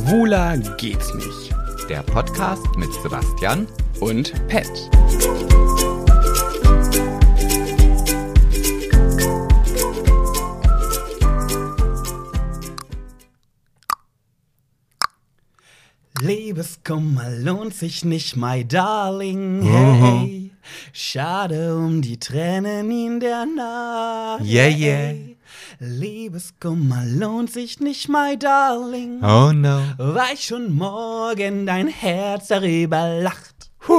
Schwuler geht's nicht. Der Podcast mit Sebastian Und Pet. Liebeskummer lohnt sich nicht, my darling, hey. Schade um die Tränen in der Nacht. Yeah, yeah. Hey. Liebeskummer lohnt sich nicht, my darling. Oh no. Weil schon morgen dein Herz darüber lacht.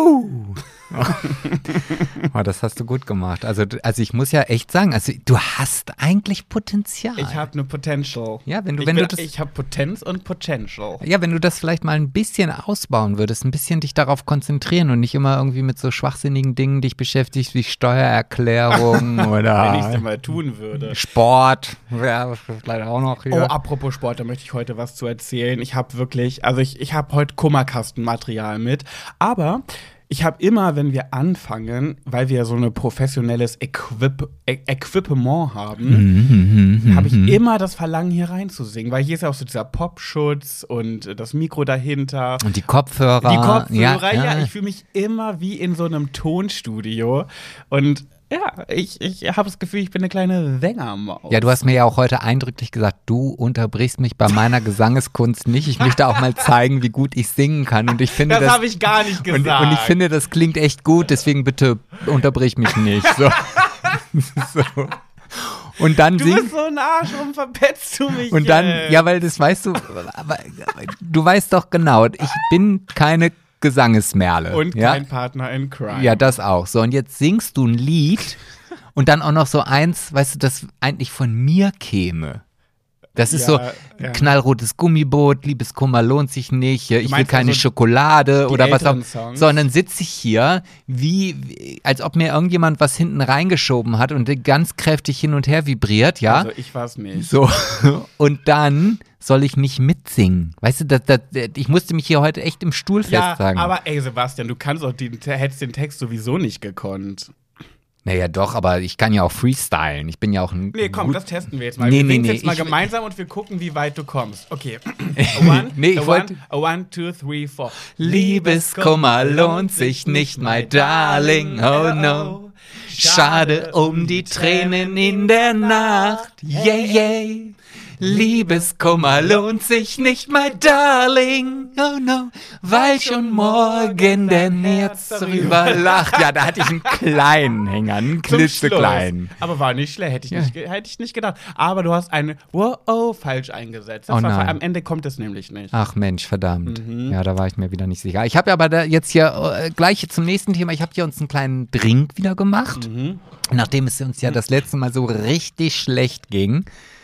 Oh, das hast du gut gemacht. Also ich muss ja echt sagen, also du hast eigentlich Potenzial. Ich habe eine Potential. Ja, Ich habe Potenz und Potential. Ja, wenn du das vielleicht mal ein bisschen ausbauen würdest, ein bisschen dich darauf konzentrieren und nicht immer irgendwie mit so schwachsinnigen Dingen dich beschäftigst wie Steuererklärung oder Wenn ich es mal tun würde. Sport. Ja, leider auch noch hier. Oh, apropos Sport, da möchte ich heute was zu erzählen. Ich habe wirklich, ich habe heute Kummerkastenmaterial mit, aber ich habe immer, wenn wir anfangen, weil wir so ein professionelles Equipment haben, habe ich immer das Verlangen, hier reinzusingen. Weil hier ist ja auch so dieser Popschutz und das Mikro dahinter. Und die Kopfhörer. Ja, ich fühle mich immer wie in so einem Tonstudio. Und ja, ich habe das Gefühl, ich bin eine kleine Sängermaus. Ja, du hast mir ja auch heute eindrücklich gesagt, du unterbrichst mich bei meiner Gesangeskunst nicht. Ich möchte auch mal zeigen, wie gut ich singen kann. Und ich finde das habe ich gar nicht gesagt. Und ich finde, das klingt echt gut, deswegen bitte unterbrich mich nicht. So. So. Und dann du bist so ein Arsch, warum verpetzt du mich? Und dann, ja, weil das weißt du, aber du weißt doch genau, ich bin keine Gesangesmerle. Und kein Partner in Crime. Ja, das auch. So, und jetzt singst du ein Lied und dann auch noch so eins, weißt du, das eigentlich von mir käme. Das ist knallrotes Gummiboot, Liebeskummer lohnt sich nicht, ich will keine Schokolade oder was auch. Songs. So, und dann sitze ich hier, wie als ob mir irgendjemand was hinten reingeschoben hat und ganz kräftig hin und her vibriert, ja. Also ich war's nicht. So, und dann soll ich nicht mitsingen. Weißt du, ich musste mich hier heute echt im Stuhl festsagen. Ja, aber ey Sebastian, du hättest den Text sowieso nicht gekonnt. Naja, doch, aber ich kann ja auch freestylen. Ich bin ja auch ein. Nee, komm, das testen wir jetzt mal. Wir singen jetzt mal gemeinsam und wir gucken, wie weit du kommst. Okay. One, two, three, four. Liebeskummer lohnt sich nicht, my darling, oh no. Schade um die Tränen in der Nacht, yeah, yeah. Liebeskummer lohnt sich nicht, my darling, oh no, weil schon morgen dein Herz darüber lacht. Ja, da hatte ich einen kleinen Hänger, einen klitzekleinen. Aber war nicht schlecht, hätte ich nicht gedacht. Aber du hast eine falsch eingesetzt. Am Ende kommt es nämlich nicht. Ach Mensch, verdammt. Ja, da war ich mir wieder nicht sicher. Ich habe aber jetzt hier gleich zum nächsten Thema, ich habe hier uns einen kleinen Drink wieder gemacht, nachdem es uns ja das letzte Mal so richtig schlecht ging.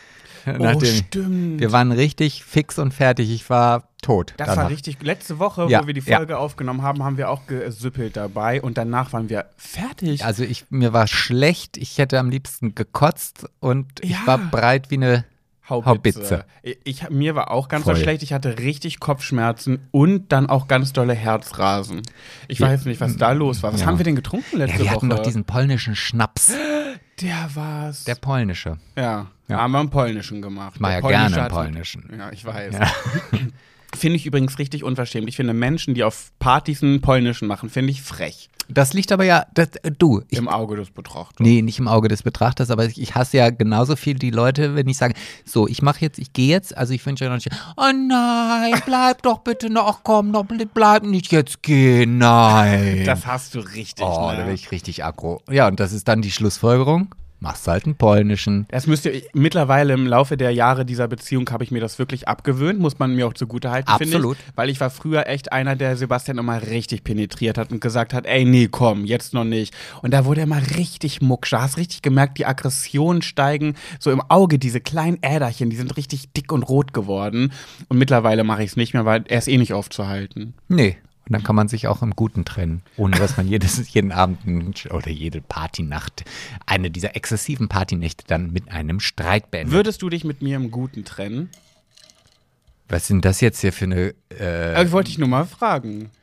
Stimmt. Wir waren richtig fix und fertig. Ich war tot. Das war richtig. Letzte Woche, wo wir die Folge aufgenommen haben, haben wir auch gesüppelt dabei und danach waren wir fertig. Also mir war schlecht. Ich hätte am liebsten gekotzt und ich war breit wie eine Haubitze. Mir war auch ganz so schlecht. Ich hatte richtig Kopfschmerzen und dann auch ganz dolle Herzrasen. Ich weiß nicht, was da los war. Was haben wir denn getrunken letzte Woche? Wir hatten doch diesen polnischen Schnaps. Der war's. Der polnische. Ja. Haben wir einen polnischen gemacht. Ich mache ja gerne einen polnischen. Ja, ich weiß. Ja. Finde ich übrigens richtig unverschämt. Ich finde Menschen, die auf Partys einen polnischen machen, finde ich frech. Das liegt aber ja, im Auge des Betrachters. Nee, nicht im Auge des Betrachters, aber ich hasse ja genauso viel die Leute, wenn ich sage, so, ich gehe jetzt, also ich wünsche ja noch nicht, oh nein, bleib doch bitte noch, komm noch, bleib nicht jetzt gehen, nein. Das hast du richtig, da bin ich richtig aggro. Ja, und das ist dann die Schlussfolgerung. Machst halt einen polnischen. Das mittlerweile im Laufe der Jahre dieser Beziehung habe ich mir das wirklich abgewöhnt, muss man mir auch zugutehalten, finde ich. Weil ich war früher echt einer, der Sebastian immer richtig penetriert hat und gesagt hat, ey, nee, komm, jetzt noch nicht. Und da wurde er mal richtig mucksch. Da hast richtig gemerkt, die Aggressionen steigen so im Auge, diese kleinen Äderchen, die sind richtig dick und rot geworden. Und mittlerweile mache ich es nicht mehr, weil er ist eh nicht aufzuhalten. Nee. Und dann kann man sich auch im Guten trennen, ohne dass man jeden Abend oder jede Partynacht, eine dieser exzessiven Partynächte dann mit einem Streit beendet. Würdest du dich mit mir im Guten trennen? Was ist denn das jetzt hier für eine... Aber ich wollte dich nur mal fragen.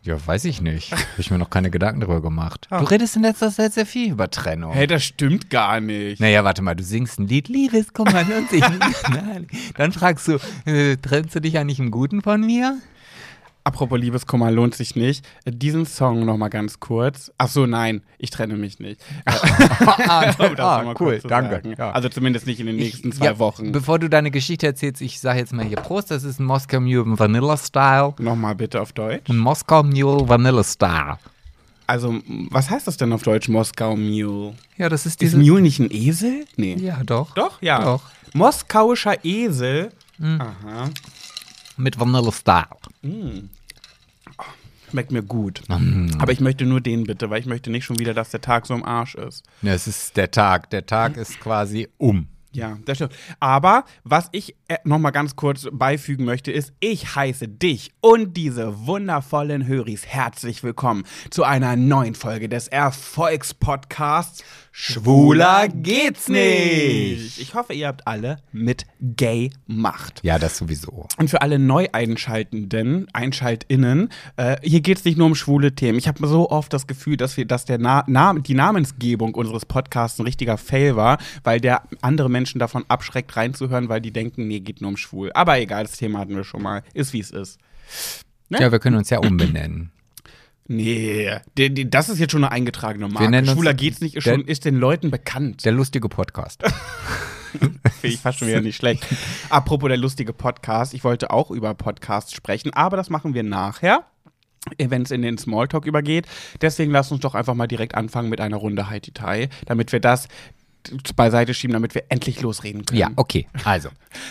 Ja, weiß ich nicht. Habe ich mir noch keine Gedanken darüber gemacht. Du redest in letzter Zeit sehr viel über Trennung. Hey, das stimmt gar nicht. Naja, warte mal, du singst ein Lied, Liebeskummer, dann fragst du, trennst du dich eigentlich im Guten von mir? Apropos Liebeskummer lohnt sich nicht. Diesen Song nochmal ganz kurz. Ach so, nein, ich trenne mich nicht. Cool, danke. Ja. Also zumindest nicht in den nächsten 2 Wochen. Bevor du deine Geschichte erzählst, ich sage jetzt mal hier Prost, das ist ein Moscow Mule Vanilla Style. Nochmal bitte auf Deutsch. Ein Moskau Mule Vanilla Style. Also, was heißt das denn auf Deutsch, Moskau Mule? Ja, das ist Ist Mule nicht ein Esel? Nee. Ja, doch. Doch? Ja. Doch. Moskauischer Esel. Aha. Mit Vanilla Style. Schmeckt mir gut. Aber ich möchte nur den bitte, weil ich möchte nicht schon wieder, dass der Tag so im Arsch ist. Ja, es ist der Tag. Der Tag ist quasi um. Ja, das stimmt. Aber was ich noch mal ganz kurz beifügen möchte, ist, ich heiße dich und diese wundervollen Höris herzlich willkommen zu einer neuen Folge des Erfolgspodcasts Schwuler geht's nicht. Ich hoffe, ihr habt alle mit Gay Macht. Ja, das sowieso. Und für alle Neu-Einschaltenden, EinschaltInnen, hier geht's nicht nur um schwule Themen. Ich habe so oft das Gefühl, dass die Namensgebung unseres Podcasts ein richtiger Fail war, weil der andere Menschen davon abschreckt, reinzuhören, weil die denken, nee, geht nur um schwul. Aber egal, das Thema hatten wir schon mal. Ist, wie es ist. Ne? Ja, wir können uns ja umbenennen. Nee, das ist jetzt schon eine eingetragene Marke. Schwuler geht's nicht, ist den Leuten bekannt. Der lustige Podcast. Finde ich fast schon wieder nicht schlecht. Apropos der lustige Podcast, ich wollte auch über Podcasts sprechen, aber das machen wir nachher, wenn es in den Smalltalk übergeht. Deswegen lass uns doch einfach mal direkt anfangen mit einer Runde Haiti-Tai, damit wir das beiseite schieben, damit wir endlich losreden können. Ja, okay, also.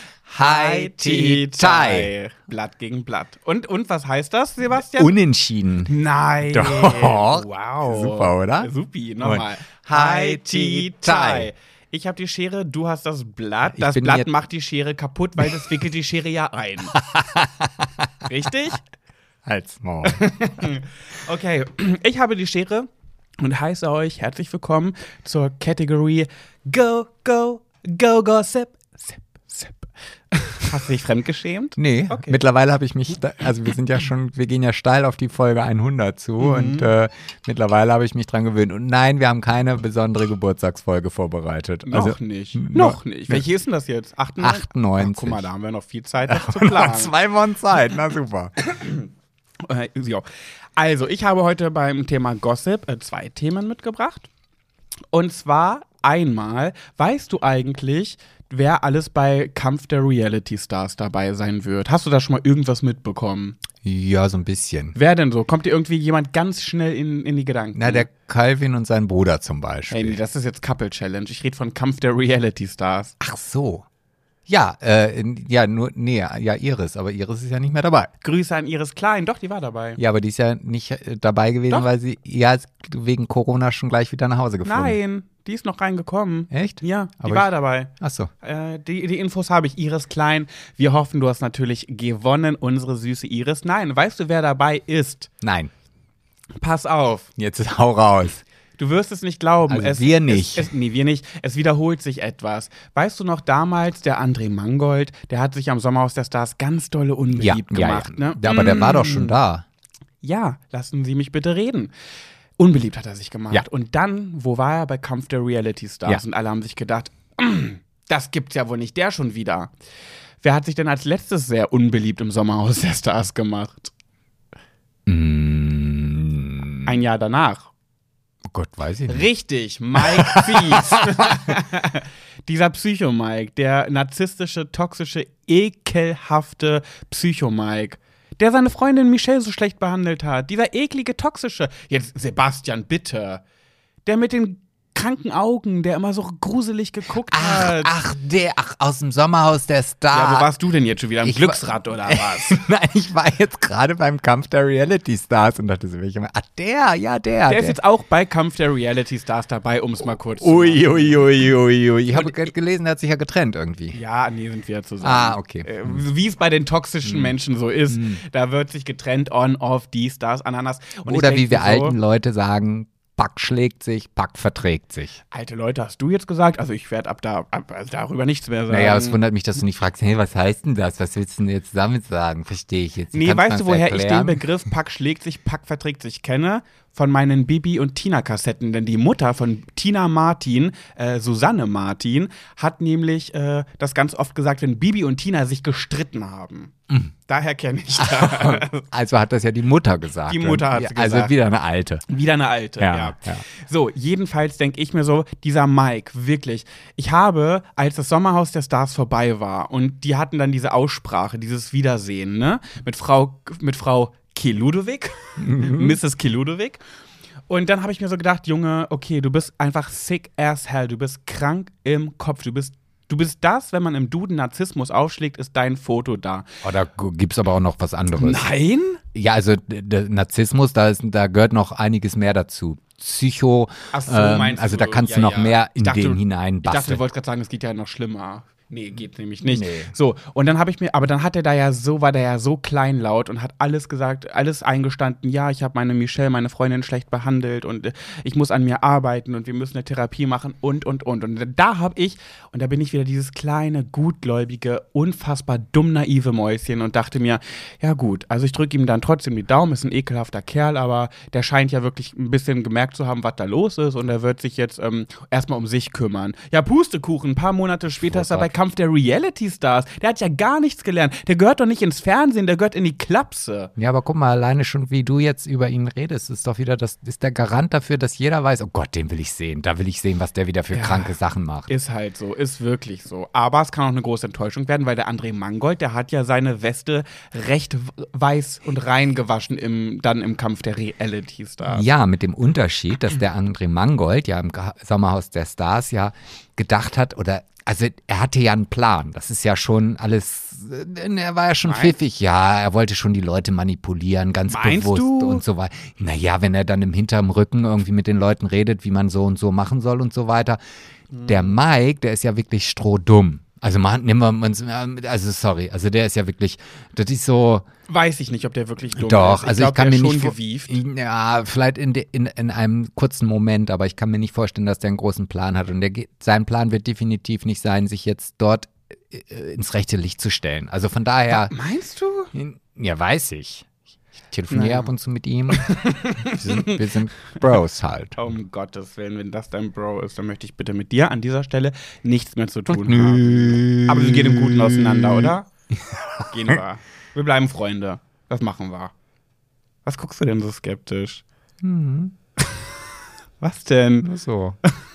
Haiti-Tai. Blatt gegen Blatt. Und was heißt das, Sebastian? Unentschieden. Nein. Doch. Wow. Super, oder? Supi, nochmal. Haiti-Tai. Ich habe die Schere, du hast das Blatt. Das Blatt macht die Schere kaputt, weil das wickelt die Schere ja ein. Richtig? Halt's Maul. Okay, ich habe die Schere und heiße euch herzlich willkommen zur Kategorie Go, Go, Go, Gossip. Sip, Sip. Hast du dich fremdgeschämt? Nee, okay. Mittlerweile habe ich mich, also wir gehen ja steil auf die Folge 100 zu und mittlerweile habe ich mich dran gewöhnt. Und nein, wir haben keine besondere Geburtstagsfolge vorbereitet. Noch nicht. Welche ist denn das jetzt? 98? Ach, guck mal, da haben wir noch viel Zeit, das zu planen. Noch 2 Wochen Zeit, na super. Also, ich habe heute beim Thema Gossip 2 Themen mitgebracht. Und zwar einmal, weißt du eigentlich, wer alles bei Kampf der Reality Stars dabei sein wird? Hast du da schon mal irgendwas mitbekommen? Ja, so ein bisschen. Wer denn so? Kommt dir irgendwie jemand ganz schnell in die Gedanken? Na, der Calvin und sein Bruder zum Beispiel. Hey, nee, das ist jetzt Couple Challenge. Ich rede von Kampf der Reality Stars. Ach so. Ja, Iris, aber Iris ist ja nicht mehr dabei. Grüße an Iris Klein, doch, die war dabei. Ja, aber die ist ja nicht dabei gewesen, doch. Weil sie wegen Corona schon gleich wieder nach Hause geflogen. Nein, die ist noch reingekommen. Echt? Ja, die war dabei. Ach so. Die Infos habe ich, Iris Klein. Wir hoffen, du hast natürlich gewonnen, unsere süße Iris. Nein, weißt du, wer dabei ist? Nein. Pass auf. Jetzt hau raus. Du wirst es nicht glauben. Also wir nicht. Wir nicht. Es wiederholt sich etwas. Weißt du noch, damals der André Mangold, der hat sich am Sommerhaus der Stars ganz dolle unbeliebt gemacht. Ja. Ne? Ja, aber der war doch schon da. Ja, lassen Sie mich bitte reden. Unbeliebt hat er sich gemacht. Ja. Und dann, wo war er? Bei Kampf der Reality Stars. Ja. Und alle haben sich gedacht, das gibt's ja wohl nicht, der schon wieder. Wer hat sich denn als letztes sehr unbeliebt im Sommerhaus der Stars gemacht? Ein Jahr danach. Oh Gott, weiß ich nicht. Richtig, Mike Fies. Dieser Psycho-Mike, der narzisstische, toxische, ekelhafte Psycho-Mike, der seine Freundin Michelle so schlecht behandelt hat. Dieser eklige, toxische, jetzt Sebastian, bitte, der mit den kranken Augen, der immer so gruselig geguckt hat. Ach, aus dem Sommerhaus der Stars. Ja, wo warst du denn jetzt schon wieder? Im Glücksrad oder was? Nein, ich war jetzt gerade beim Kampf der Reality Stars und dachte so, der. Der ist jetzt auch bei Kampf der Reality Stars dabei, um es mal kurz zu machen. Ui. Ich habe gelesen, er hat sich ja getrennt irgendwie. Ja, nee, sind wir zusammen. Okay. Wie es bei den toxischen Menschen so ist, da wird sich getrennt, on, off, die Stars, Ananas. Und oder wie wir alten Leute sagen, Pack schlägt sich, Pack verträgt sich. Alte Leute, hast du jetzt gesagt? Also ich werde darüber nichts mehr sagen. Naja, es wundert mich, dass du nicht fragst, hey, was heißt denn das? Was willst du denn jetzt damit sagen? Verstehe ich jetzt. Nee, weißt du, woher ich den Begriff Pack schlägt sich, Pack verträgt sich kenne? Von meinen Bibi- und Tina-Kassetten. Denn die Mutter von Tina Martin, Susanne Martin, hat nämlich das ganz oft gesagt, wenn Bibi und Tina sich gestritten haben. Daher kenne ich das. Also hat das ja die Mutter gesagt. Die Mutter hat es gesagt. Also wieder eine Alte. Wieder eine Alte, ja. So, jedenfalls denke ich mir so, dieser Mike, wirklich. Ich habe, als das Sommerhaus der Stars vorbei war und die hatten dann diese Aussprache, dieses Wiedersehen, ne? Mit Frau Keludovic, Mrs. Keludovic. Und dann habe ich mir so gedacht, Junge, okay, du bist einfach sick as hell, du bist krank im Kopf, du bist das, wenn man im Duden Narzissmus aufschlägt, ist dein Foto da. Oh, da gibt's aber auch noch was anderes. Nein? Ja, also der Narzissmus, da gehört noch einiges mehr dazu. Psycho, ach so, meinst also du? Da kannst du noch mehr in den hinein basteln. Ich dachte, du wolltest gerade sagen, es geht ja noch schlimmer. Nee, geht nämlich nicht. Nee. So, und dann war der ja so kleinlaut und hat alles gesagt, alles eingestanden, ja, ich habe meine Michelle, meine Freundin schlecht behandelt und ich muss an mir arbeiten und wir müssen eine Therapie machen und. Und da bin ich wieder dieses kleine, gutgläubige, unfassbar dumm naive Mäuschen und dachte mir, ja gut, also ich drücke ihm dann trotzdem die Daumen, ist ein ekelhafter Kerl, aber der scheint ja wirklich ein bisschen gemerkt zu haben, was da los ist und er wird sich jetzt erstmal um sich kümmern. Ja, Pustekuchen, ein paar Monate später ist er bei Kampf der Reality-Stars. Der hat ja gar nichts gelernt. Der gehört doch nicht ins Fernsehen, der gehört in die Klapse. Ja, aber guck mal, alleine schon, wie du jetzt über ihn redest, ist doch wieder, das ist der Garant dafür, dass jeder weiß, oh Gott, den will ich sehen. Da will ich sehen, was der wieder für kranke Sachen macht. Ist halt so, ist wirklich so. Aber es kann auch eine große Enttäuschung werden, weil der André Mangold, der hat ja seine Weste recht weiß und rein gewaschen im Kampf der Reality-Stars. Ja, mit dem Unterschied, dass der André Mangold ja im Sommerhaus der Stars ja gedacht hat, also er hatte ja einen Plan, das ist ja schon alles, er war ja schon pfiffig, ja, er wollte schon die Leute manipulieren, ganz bewusst und so weiter. Naja, wenn er dann hinterm Rücken irgendwie mit den Leuten redet, wie man so und so machen soll und so weiter. Der Mike, der ist ja wirklich strohdumm. Also der ist ja wirklich, das ist so. Weiß ich nicht, ob der wirklich dumm doch, ist. Also ich kann mir nicht gewieft. Ja, vielleicht in einem kurzen Moment, aber ich kann mir nicht vorstellen, dass der einen großen Plan hat. Und sein Plan wird definitiv nicht sein, sich jetzt dort ins rechte Licht zu stellen. Also von daher. Meinst du? Ja, weiß ich. Ich telefoniere ab und zu mit ihm. Wir sind Bros halt. Um Gottes Willen, wenn das dein Bro ist, dann möchte ich bitte mit dir an dieser Stelle nichts mehr zu tun haben. Aber wir gehen im Guten auseinander, oder? Gehen wir. Wir bleiben Freunde. Das machen wir. Was guckst du denn so skeptisch? Was denn? Ach so.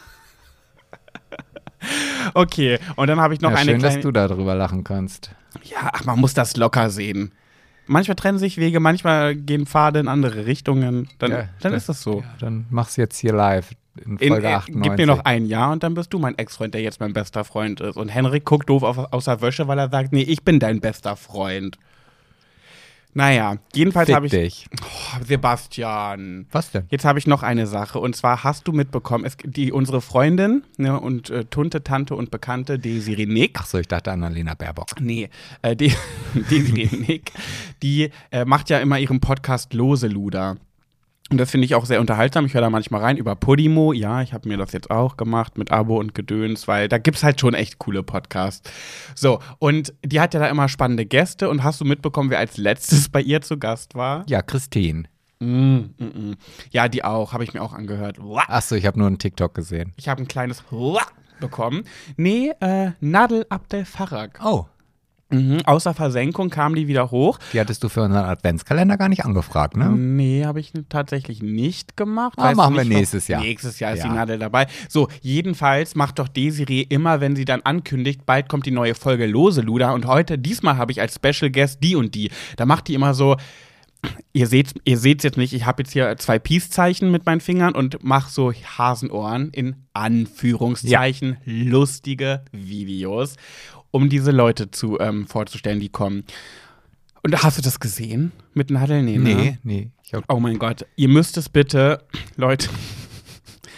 Okay, und dann habe ich noch eine schön, kleine... dass du darüber lachen kannst. Ja, man muss das locker sehen. Manchmal trennen sich Wege, manchmal gehen Pfade in andere Richtungen. Dann ist das so. Ja, dann mach's jetzt hier live in Folge 98. Gib mir noch ein Jahr und dann bist du mein Ex-Freund, der jetzt mein bester Freund ist. Und Henrik guckt doof aus der Wäsche, weil er sagt, nee, ich bin dein bester Freund. Naja, jedenfalls habe ich... dich. Oh, Sebastian. Was denn? Jetzt habe ich noch eine Sache. Und zwar hast du mitbekommen, unsere Freundin, ne, und Tunte, Tante und Bekannte, Desiree Nick. Ach so, ich dachte Annalena Baerbock. Nee, Desiree Nick, die macht ja immer ihren Podcast Lose Luder. Und das finde ich auch sehr unterhaltsam. Ich höre da manchmal rein über Podimo. Ja, ich habe mir das jetzt auch gemacht mit Abo und Gedöns, weil da gibt es halt schon echt coole Podcasts. So, und die hat ja da immer spannende Gäste. Und hast du mitbekommen, wer als letztes bei ihr zu Gast war? Ja, Christine. Ja, die auch. Habe ich mir auch angehört. Ach so, ich habe nur einen TikTok gesehen. Ich habe ein kleines bekommen. Nee, Nadel Abdel Farag. Oh. Außer Versenkung kam die wieder hoch. Die hattest du für unseren Adventskalender gar nicht angefragt, ne? Nee, habe ich tatsächlich nicht gemacht. Machen wir nächstes Jahr. Nächstes Jahr ist die Nadel dabei. So, jedenfalls macht doch Desiree immer, wenn sie dann ankündigt, bald kommt die neue Folge Lose Luder. Und diesmal habe ich als Special Guest die und die. Da macht die immer so, ihr seht's jetzt nicht, ich habe jetzt hier 2 Peace-Zeichen mit meinen Fingern und mache so Hasenohren in Anführungszeichen lustige Videos, um diese Leute vorzustellen, die kommen. Und hast du das gesehen mit Nadel? Nee. Nee. Oh mein Gott, ihr müsst es bitte, Leute,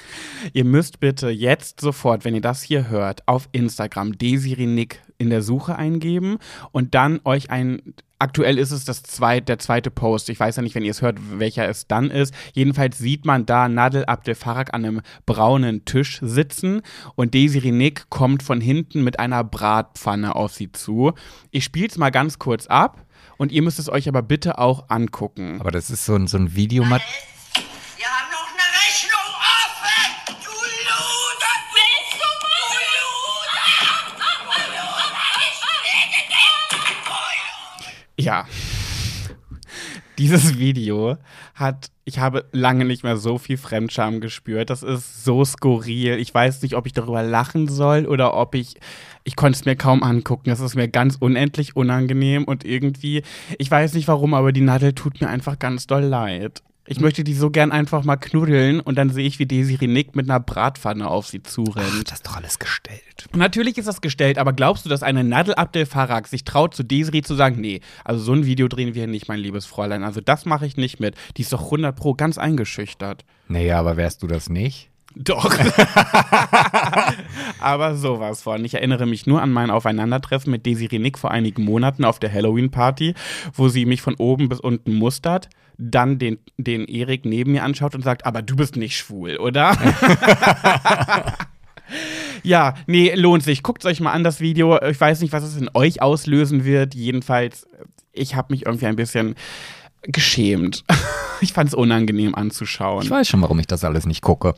Ihr müsst bitte jetzt sofort, wenn ihr das hier hört, auf Instagram Desiree Nick in der Suche eingeben und dann euch aktuell ist es der zweite Post. Ich weiß ja nicht, wenn ihr es hört, welcher es dann ist. Jedenfalls sieht man da Nadel Abdel Farag an einem braunen Tisch sitzen und Desiree Nick kommt von hinten mit einer Bratpfanne auf sie zu. Ich spiele es mal ganz kurz ab und ihr müsst es euch aber bitte auch angucken. Aber das ist so ein Video. Wir haben noch eine Rechnung offen! Du Luder! Willst du Ja, dieses Video ich habe lange nicht mehr so viel Fremdscham gespürt. Das ist so skurril. Ich weiß nicht, ob ich darüber lachen soll oder ob ich konnte es mir kaum angucken. Das ist mir ganz unendlich unangenehm und irgendwie, ich weiß nicht warum, aber die Nadel tut mir einfach ganz doll leid. Ich möchte die so gern einfach mal knuddeln und dann sehe ich, wie Desiree Nick mit einer Bratpfanne auf sie zurennt. Ach, das ist doch alles gestellt. Natürlich ist das gestellt, aber glaubst du, dass eine Nadel Abdel Farag sich traut, zu Desiree zu sagen, nee, also so ein Video drehen wir nicht, mein liebes Fräulein, also das mache ich nicht mit. Die ist doch 100% ganz eingeschüchtert. Naja, aber wärst du das nicht? Doch. Aber sowas von. Ich erinnere mich nur an mein Aufeinandertreffen mit Desiree Nick vor einigen Monaten auf der Halloween-Party, wo sie mich von oben bis unten mustert, dann den Erik neben mir anschaut und sagt, aber du bist nicht schwul, oder? Ja, nee, lohnt sich. Guckt euch mal an, das Video. Ich weiß nicht, was es in euch auslösen wird. Jedenfalls, ich habe mich irgendwie ein bisschen geschämt. Ich fand es unangenehm anzuschauen. Ich weiß schon, warum ich das alles nicht gucke.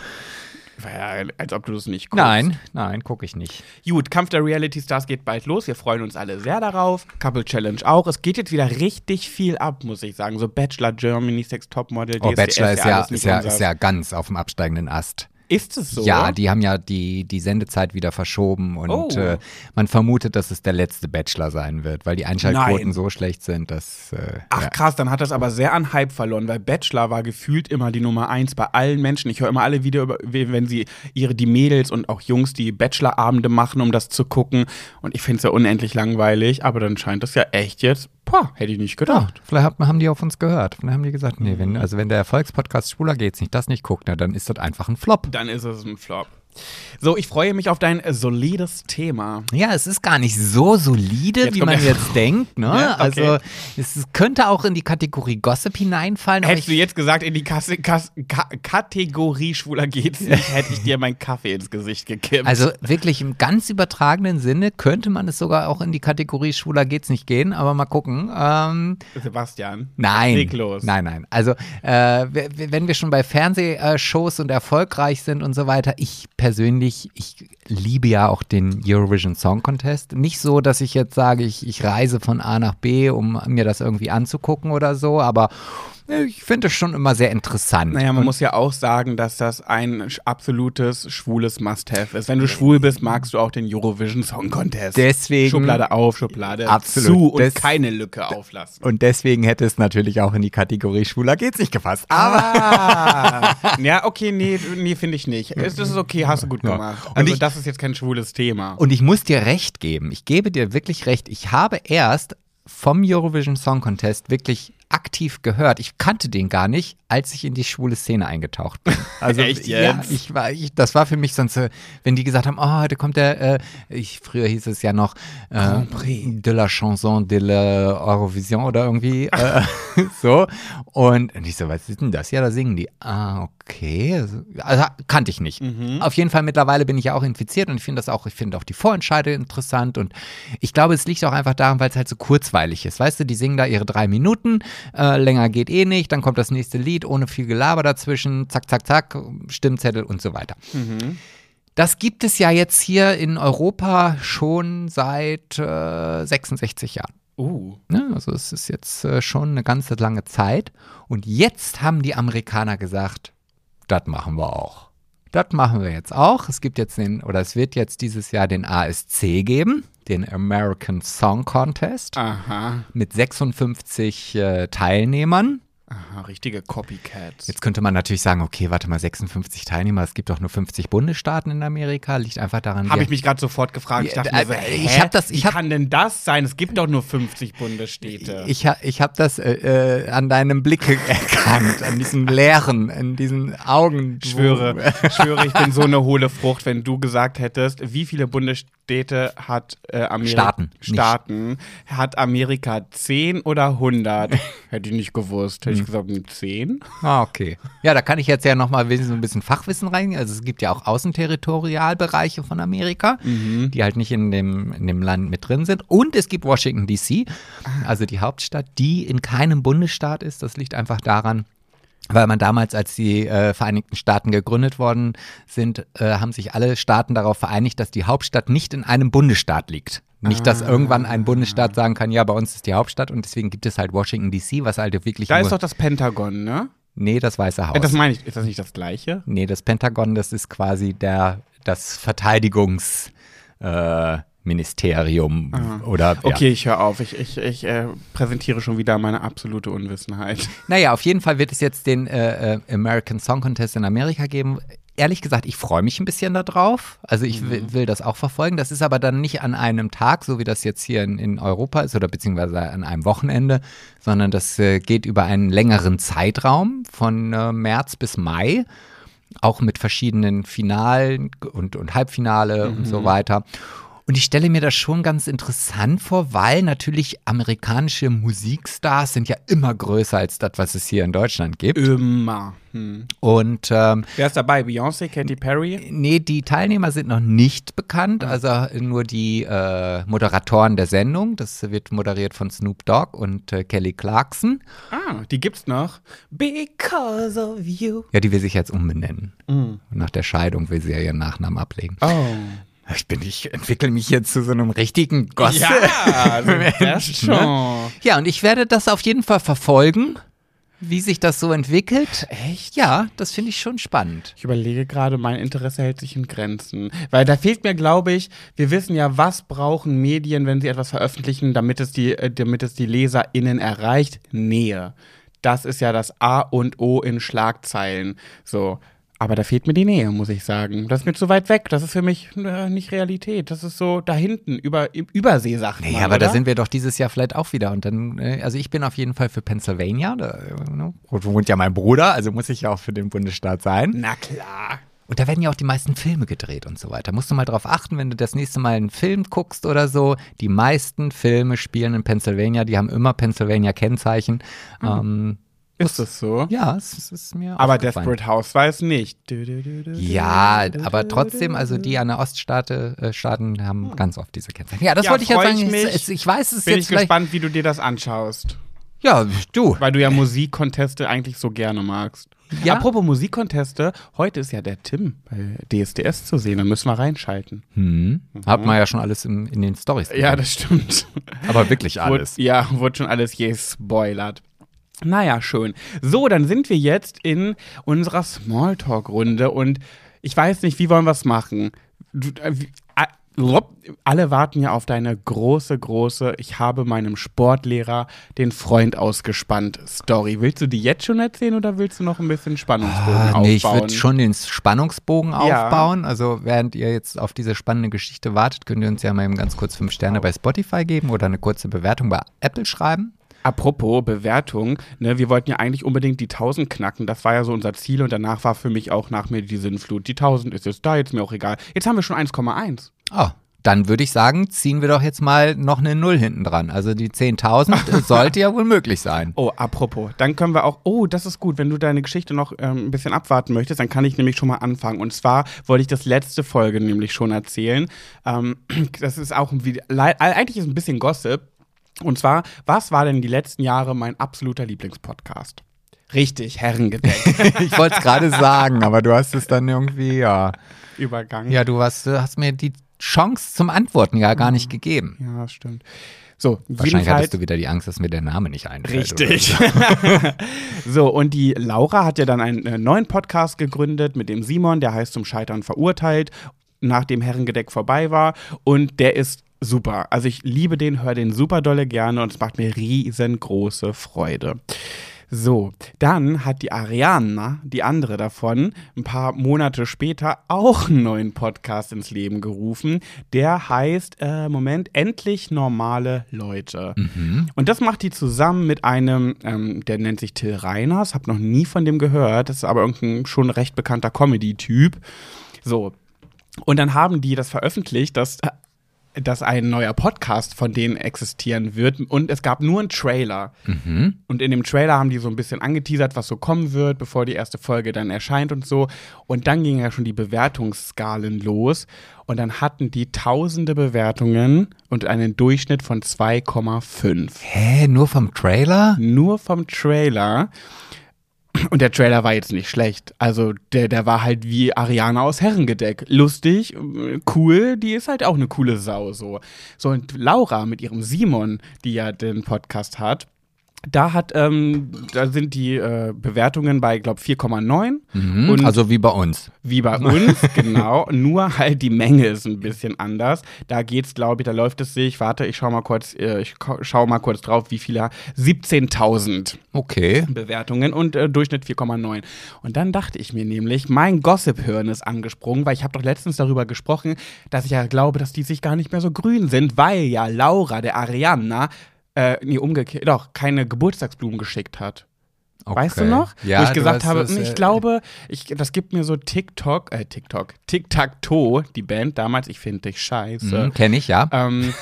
Ja, als ob du das nicht guckst. Nein, gucke ich nicht. Gut, Kampf der Reality Stars geht bald los. Wir freuen uns alle sehr darauf. Couple Challenge auch. Es geht jetzt wieder richtig viel ab, muss ich sagen. So Bachelor, Germany, Sex Topmodel, DSDS. Oh, Bachelor ist ja ganz auf dem absteigenden Ast. Ist es so? Ja, die haben ja die Sendezeit wieder verschoben und man vermutet, dass es der letzte Bachelor sein wird, weil die Einschaltquoten so schlecht sind, dass Ach krass, dann hat das aber sehr an Hype verloren, weil Bachelor war gefühlt immer die Nummer 1 bei allen Menschen. Ich höre immer alle Videos, wenn sie die Mädels und auch Jungs die Bachelor-Abende machen, um das zu gucken. Und ich finde es ja unendlich langweilig, aber dann scheint das ja echt jetzt, hätte ich nicht gedacht. Ja, vielleicht haben die auf uns gehört. Vielleicht haben die gesagt, nee, wenn der Erfolgspodcast Schwuler geht's nicht, das nicht guckt, dann ist das einfach ein Flop. Dann ist es ein Flop. So, ich freue mich auf dein solides Thema. Ja, es ist gar nicht so solide, wie man jetzt denkt. Ne? Ja, okay. Also, es könnte auch in die Kategorie Gossip hineinfallen. Hättest du jetzt gesagt, in die Kategorie Schwuler geht's nicht, hätte ich dir meinen Kaffee ins Gesicht gekippt. Also wirklich im ganz übertragenen Sinne könnte man es sogar auch in die Kategorie Schwuler geht's nicht gehen, aber mal gucken. Sebastian, nein, leg los. Nein. Also, wenn wir schon bei Fernsehshows und erfolgreich sind und so weiter, ich persönlich, ich liebe ja auch den Eurovision Song Contest. Nicht so, dass ich jetzt sage, ich reise von A nach B, um mir das irgendwie anzugucken oder so, aber ich finde es schon immer sehr interessant. Naja, man muss ja auch sagen, dass das ein absolutes schwules Must-Have ist. Wenn du schwul bist, magst du auch den Eurovision Song Contest. Deswegen Schublade auf, Schublade absolut zu und keine Lücke auflassen. Und deswegen hätte es natürlich auch in die Kategorie Schwuler geht's nicht gepasst. Aber ja, okay, nee, finde ich nicht. Das ist okay, hast du gut gemacht. Und Also das ist jetzt kein schwules Thema. Und ich muss dir recht geben. Ich gebe dir wirklich recht. Ich habe erst vom Eurovision Song Contest wirklich aktiv gehört. Ich kannte den gar nicht, als ich in die schwule Szene eingetaucht bin. Also, echt jetzt? Ja, das war für mich sonst, wenn die gesagt haben, heute kommt früher hieß es ja noch de la Chanson de l'Eurovision oder irgendwie so. Und ich so, was ist denn das? Ja, da singen die. Okay. Also kannte ich nicht. Auf jeden Fall mittlerweile bin ich ja auch infiziert und ich finde auch die Vorentscheide interessant und ich glaube, es liegt auch einfach daran, weil es halt so kurzweilig ist. Weißt du, die singen da ihre 3 Minuten, länger geht eh nicht, dann kommt das nächste Lied ohne viel Gelaber dazwischen, zack, zack, zack, Stimmzettel und so weiter. Das gibt es ja jetzt hier in Europa schon seit 66 Jahren. Ne? Also es ist jetzt schon eine ganze lange Zeit und jetzt haben die Amerikaner gesagt, das machen wir auch. Das machen wir jetzt auch. Es wird jetzt dieses Jahr den ASC geben, den American Song Contest. Aha. Mit 56 Teilnehmern. Aha, richtige Copycats. Jetzt könnte man natürlich sagen, okay, warte mal, 56 Teilnehmer, es gibt doch nur 50 Bundesstaaten in Amerika, liegt einfach daran. Habe ich mich gerade sofort gefragt. Ich dachte mir so, wie kann denn das sein? Es gibt doch nur 50 Bundesstädte. Ich hab das an deinem Blick erkannt, an diesen Leeren, in diesen Augen. Ich schwöre, ich bin so eine hohle Frucht, wenn du gesagt hättest, wie viele Bundesstädte hat Amerika? Staaten. Hat Amerika 10 oder 100? Hätte ich nicht gewusst. Hätte ich gesagt, 10? Ah, okay. Ja, da kann ich jetzt ja nochmal so ein bisschen Fachwissen reingehen. Also es gibt ja auch Außenterritorialbereiche von Amerika, die halt nicht in dem Land mit drin sind. Und es gibt Washington D.C., also die Hauptstadt, die in keinem Bundesstaat ist. Das liegt einfach daran, weil man damals, als die Vereinigten Staaten gegründet worden sind, haben sich alle Staaten darauf vereinigt, dass die Hauptstadt nicht in einem Bundesstaat liegt. Nicht, dass irgendwann ein Bundesstaat sagen kann, ja, bei uns ist die Hauptstadt und deswegen gibt es halt Washington D.C., was halt wirklich Da ist doch das Pentagon, ne? Nee, das Weiße Haus. Das meine ich, ist das nicht das Gleiche? Nee, das Pentagon, das ist quasi das Verteidigungsministerium oder. Okay, ich höre auf. Ich präsentiere schon wieder meine absolute Unwissenheit. Naja, auf jeden Fall wird es jetzt den American Song Contest in Amerika geben. Ehrlich gesagt, ich freue mich ein bisschen darauf. Also ich will das auch verfolgen. Das ist aber dann nicht an einem Tag, so wie das jetzt hier in Europa ist oder beziehungsweise an einem Wochenende, sondern das geht über einen längeren Zeitraum von März bis Mai, auch mit verschiedenen Finalen und Halbfinale und so weiter. Und ich stelle mir das schon ganz interessant vor, weil natürlich amerikanische Musikstars sind ja immer größer als das, was es hier in Deutschland gibt. Immer. Und wer ist dabei? Beyoncé, Katy Perry? Nee, die Teilnehmer sind noch nicht bekannt, also nur die Moderatoren der Sendung. Das wird moderiert von Snoop Dogg und Kelly Clarkson. Die gibt's noch. Because of you. Ja, die will sich jetzt umbenennen. Nach der Scheidung will sie ja ihren Nachnamen ablegen. Oh. Ich entwickle mich jetzt zu so einem richtigen Gosse. Ja, das schon. Ne? Ja, und ich werde das auf jeden Fall verfolgen, wie sich das so entwickelt. Echt? Ja, das finde ich schon spannend. Ich überlege gerade, mein Interesse hält sich in Grenzen. Weil da fehlt mir, glaube ich, wir wissen ja, was brauchen Medien, wenn sie etwas veröffentlichen, damit es die LeserInnen erreicht? Nähe. Das ist ja das A und O in Schlagzeilen. So. Aber da fehlt mir die Nähe, muss ich sagen. Das ist mir zu weit weg. Das ist für mich nicht Realität. Das ist so da hinten, Übersee, sagt man, aber oder? da sind wir doch dieses Jahr vielleicht auch wieder. Und dann, also ich bin auf jeden Fall für Pennsylvania. Da wohnt ja mein Bruder, also muss ich ja auch für den Bundesstaat sein. Na klar. Und da werden ja auch die meisten Filme gedreht und so weiter. Musst du mal drauf achten, wenn du das nächste Mal einen Film guckst oder so. Die meisten Filme spielen in Pennsylvania. Die haben immer Pennsylvania-Kennzeichen. Ist das so? Ja, es ist mir Aber aufgefallen. Desperate Housewives nicht. Ja, aber trotzdem, also die an der Oststaaten haben ganz oft diese Kennzeichen. Ja, das wollte ich jetzt sagen. Ich weiß, es ist Bin jetzt ich vielleicht. gespannt, wie du dir das anschaust. Ja, du. Weil du ja Musikconteste eigentlich so gerne magst. Ja. Apropos Musikconteste, heute ist ja der Tim bei DSDS zu sehen. Da müssen wir reinschalten. Hat man ja schon alles in den Storys gesehen. Ja, das stimmt. Aber wirklich alles. Wurde schon alles gespoilert. Naja, schön. So, dann sind wir jetzt in unserer Smalltalk-Runde und ich weiß nicht, wie wollen wir es machen? Alle warten ja auf deine große, ich habe meinem Sportlehrer den Freund ausgespannt Story. Willst du die jetzt schon erzählen oder willst du noch ein bisschen Spannungsbogen aufbauen? Nee, ich würde schon den Spannungsbogen aufbauen. Also während ihr jetzt auf diese spannende Geschichte wartet, könnt ihr uns ja mal eben ganz kurz 5 Sterne bei Spotify geben oder eine kurze Bewertung bei Apple schreiben. Apropos Bewertung, ne, wir wollten ja eigentlich unbedingt die 1000 knacken, das war ja so unser Ziel und danach war für mich auch nach mir die Sinnflut. Die 1000 ist jetzt da, jetzt mir auch egal. Jetzt haben wir schon 1,1. Oh, dann würde ich sagen, ziehen wir doch jetzt mal noch eine 0 hinten dran. Also die 10.000 sollte ja wohl möglich sein. Oh, apropos, dann können wir auch, das ist gut, wenn du deine Geschichte noch ein bisschen abwarten möchtest, dann kann ich nämlich schon mal anfangen. Und zwar wollte ich das letzte Folge nämlich schon erzählen. Das ist auch eigentlich ist ein bisschen Gossip. Und zwar, was war denn die letzten Jahre mein absoluter Lieblingspodcast? Richtig, Herrengedeck. Ich wollte es gerade sagen, aber du hast es dann irgendwie, Übergangen. Ja, du hast mir die Chance zum Antworten ja gar nicht gegeben. Ja, das stimmt. So, wahrscheinlich hattest du wieder die Angst, dass mir der Name nicht einfällt. Richtig. So, und die Laura hat ja dann einen neuen Podcast gegründet mit dem Simon, der heißt Zum Scheitern verurteilt, nachdem Herrengedeck vorbei war. Und der ist super. Also ich liebe den, höre den super dolle gerne und es macht mir riesengroße Freude. So, dann hat die Ariana, die andere davon, ein paar Monate später auch einen neuen Podcast ins Leben gerufen. Der heißt, Endlich normale Leute. Und das macht die zusammen mit einem, der nennt sich Till Reiners, hab noch nie von dem gehört, das ist aber irgendein schon recht bekannter Comedy-Typ. So, und dann haben die das veröffentlicht, dass ein neuer Podcast von denen existieren wird. Und es gab nur einen Trailer. Und in dem Trailer haben die so ein bisschen angeteasert, was so kommen wird, bevor die erste Folge dann erscheint und so. Und dann gingen ja schon die Bewertungsskalen los. Und dann hatten die tausende Bewertungen und einen Durchschnitt von 2,5. Hä, nur vom Trailer? Nur vom Trailer. Und der Trailer war jetzt nicht schlecht. Also der war halt wie Ariana aus Herrengedeck. Lustig, cool, die ist halt auch eine coole Sau. So und Laura mit ihrem Simon, die ja den Podcast hat, da sind die Bewertungen bei, glaube ich, 4,9. Also wie bei uns. Wie bei uns, genau. Nur halt die Menge ist ein bisschen anders. Da geht's, glaube ich, da läuft es sich, warte, ich schau mal kurz drauf, wie viele, 17.000 Bewertungen und Durchschnitt 4,9. Und dann dachte ich mir nämlich, mein Gossip-Hirn ist angesprungen, weil ich habe doch letztens darüber gesprochen, dass ich ja glaube, dass die sich gar nicht mehr so grün sind, weil ja Laura, der Ariana, umgekehrt, doch, keine Geburtstagsblumen geschickt hat. Okay. Weißt du noch? Ja, wo ich gesagt habe, ich glaube, das gibt mir so Tic-Tac-Toe, die Band damals, ich finde dich scheiße. Kenn ich, ja.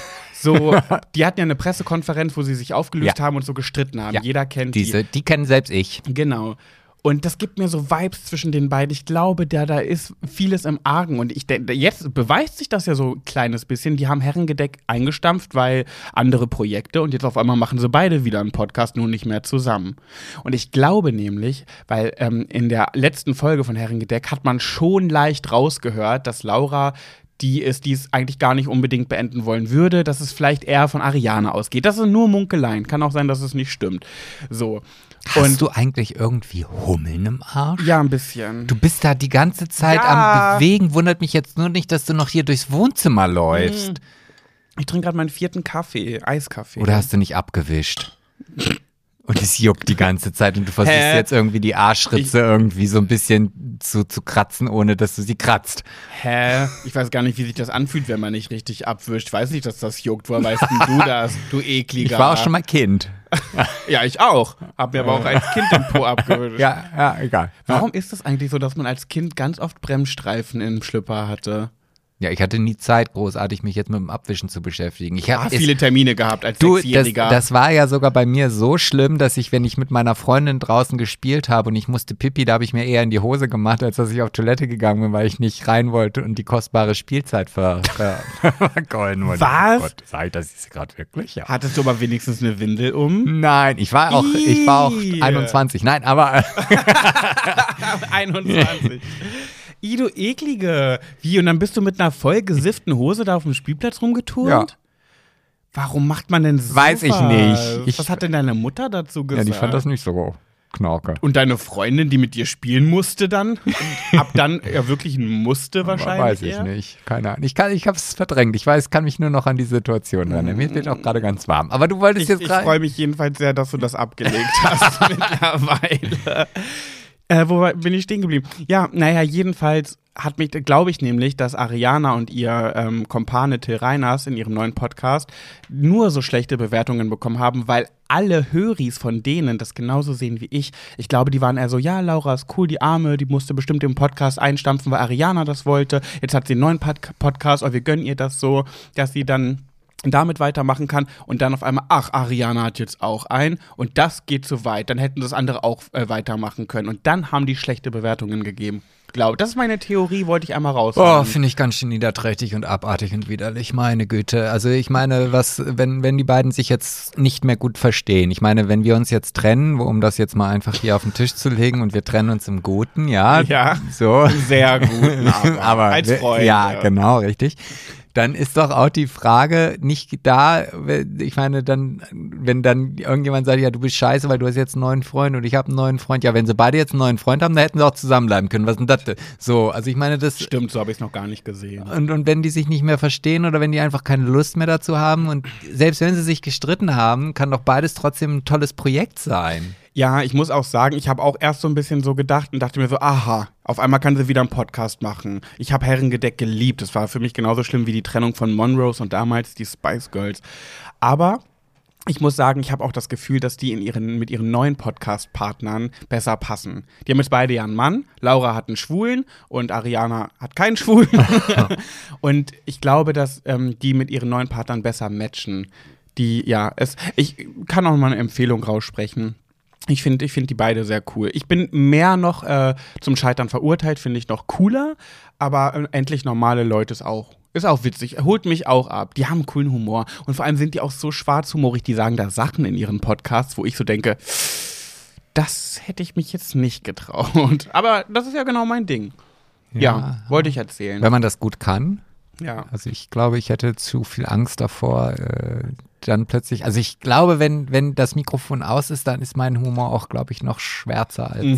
Die hatten ja eine Pressekonferenz, wo sie sich aufgelöst haben und so gestritten haben. Ja. Jeder kennt die. Die kennen selbst ich. Genau. Und das gibt mir so Vibes zwischen den beiden. Ich glaube, da ist vieles im Argen. Und ich denke, jetzt beweist sich das ja so ein kleines bisschen. Die haben Herrengedeck eingestampft, weil andere Projekte. Und jetzt auf einmal machen sie beide wieder einen Podcast, nur nicht mehr zusammen. Und ich glaube nämlich, weil in der letzten Folge von Herrengedeck hat man schon leicht rausgehört, dass Laura die es eigentlich gar nicht unbedingt beenden wollen würde, dass es vielleicht eher von Ariana ausgeht. Das sind nur Munkeleien. Kann auch sein, dass es nicht stimmt. So. Hast du eigentlich irgendwie Hummeln im Arsch? Ja, ein bisschen. Du bist da die ganze Zeit am Bewegen. Wundert mich jetzt nur nicht, dass du noch hier durchs Wohnzimmer läufst. Ich trinke gerade meinen 4. Kaffee, Eiskaffee. Oder hast du nicht abgewischt? Und es juckt die ganze Zeit und du versuchst jetzt irgendwie die Arschritze irgendwie so ein bisschen zu kratzen, ohne dass du sie kratzt. Ich weiß gar nicht, wie sich das anfühlt, wenn man nicht richtig abwischt. Ich weiß nicht, dass das juckt. Woher weißt denn du das, du ekliger? Ich war auch schon mal Kind. Ja, ich auch. Hab mir aber auch als Kind den Po abgewischt. Ja, egal. Warum ist das eigentlich so, dass man als Kind ganz oft Bremsstreifen im Schlüpper hatte? Ja, ich hatte nie Zeit, großartig mich jetzt mit dem Abwischen zu beschäftigen. Ich habe viele Termine gehabt als Sechsjähriger. Das war ja sogar bei mir so schlimm, dass wenn ich mit meiner Freundin draußen gespielt habe und ich musste Pipi, da habe ich mir eher in die Hose gemacht, als dass ich auf Toilette gegangen bin, weil ich nicht rein wollte und die kostbare Spielzeit vergolden wollte. Was? Oh Gott, sag ich das jetzt gerade wirklich? Ja. Hattest du aber wenigstens eine Windel um? Nein, ich war auch 21. Nein, aber 21. Du eklige. Wie, und dann bist du mit einer voll gesifften Hose da auf dem Spielplatz rumgeturnt? Ja. Warum macht man denn so? Weiß ich nicht. Was hat denn deine Mutter dazu gesagt? Ja, die fand das nicht so knorke. Und deine Freundin, die mit dir spielen musste dann? Ab dann ja wirklich musste wahrscheinlich? Weiß ich nicht. Keine Ahnung. Ich hab's verdrängt. Ich kann mich nur noch an die Situation erinnern. Mir wird auch gerade ganz warm. Aber du wolltest jetzt gerade... Ich freue mich jedenfalls sehr, dass du das abgelegt hast mittlerweile. Wo bin ich stehen geblieben? Ja, jedenfalls glaube ich nämlich, dass Ariana und ihr Kumpane Till Reiners in ihrem neuen Podcast nur so schlechte Bewertungen bekommen haben, weil alle Höris von denen das genauso sehen wie ich. Ich glaube, die waren eher so, ja, Laura ist cool, die Arme, die musste bestimmt den Podcast einstampfen, weil Ariana das wollte. Jetzt hat sie einen neuen Podcast, aber wir gönnen ihr das so, dass sie dann damit weitermachen kann und dann auf einmal, Ariana hat jetzt auch einen und das geht zu weit. Dann hätten das andere auch weitermachen können und dann haben die schlechte Bewertungen gegeben. Das ist meine Theorie, wollte ich einmal raushauen. Oh, finde ich ganz schön niederträchtig und abartig und widerlich, meine Güte. Also ich meine, wenn die beiden sich jetzt nicht mehr gut verstehen, ich meine, wenn wir uns jetzt trennen, um das jetzt mal einfach hier auf den Tisch zu legen und wir trennen uns im Guten, ja, so. Sehr gut, aber als Freund. Ja, genau, richtig. Dann ist doch auch die Frage nicht da, ich meine, wenn dann irgendjemand sagt, ja, du bist scheiße, weil du hast jetzt einen neuen Freund und ich habe einen neuen Freund. Ja, wenn sie beide jetzt einen neuen Freund haben, dann hätten sie auch zusammenbleiben können. Was ist denn das? So, also ich meine, das... Stimmt, so habe ich es noch gar nicht gesehen. Und wenn die sich nicht mehr verstehen oder wenn die einfach keine Lust mehr dazu haben und selbst wenn sie sich gestritten haben, kann doch beides trotzdem ein tolles Projekt sein. Ja, ich muss auch sagen, ich habe auch erst so ein bisschen so gedacht und dachte mir so, aha, auf einmal kann sie wieder einen Podcast machen. Ich habe Herrengedeck geliebt. Das war für mich genauso schlimm wie die Trennung von Monrose und damals die Spice Girls. Aber ich muss sagen, ich habe auch das Gefühl, dass die mit ihren neuen Podcast-Partnern besser passen. Die haben jetzt beide ja einen Mann. Laura hat einen Schwulen und Ariana hat keinen Schwulen. Und ich glaube, dass die mit ihren neuen Partnern besser matchen. Ich kann auch mal eine Empfehlung raussprechen. Ich finde die beide sehr cool. Ich bin mehr noch zum Scheitern verurteilt, finde ich noch cooler. Aber endlich normale Leute ist auch witzig. Holt mich auch ab. Die haben einen coolen Humor. Und vor allem sind die auch so schwarzhumorig. Die sagen da Sachen in ihren Podcasts, wo ich so denke, das hätte ich mich jetzt nicht getraut. Aber das ist ja genau mein Ding. Ja, wollte ich erzählen. Wenn man das gut kann. Ja. Also ich glaube, ich hätte zu viel Angst davor, dann plötzlich, also ich glaube, wenn das Mikrofon aus ist, dann ist mein Humor auch, glaube ich, noch schwärzer als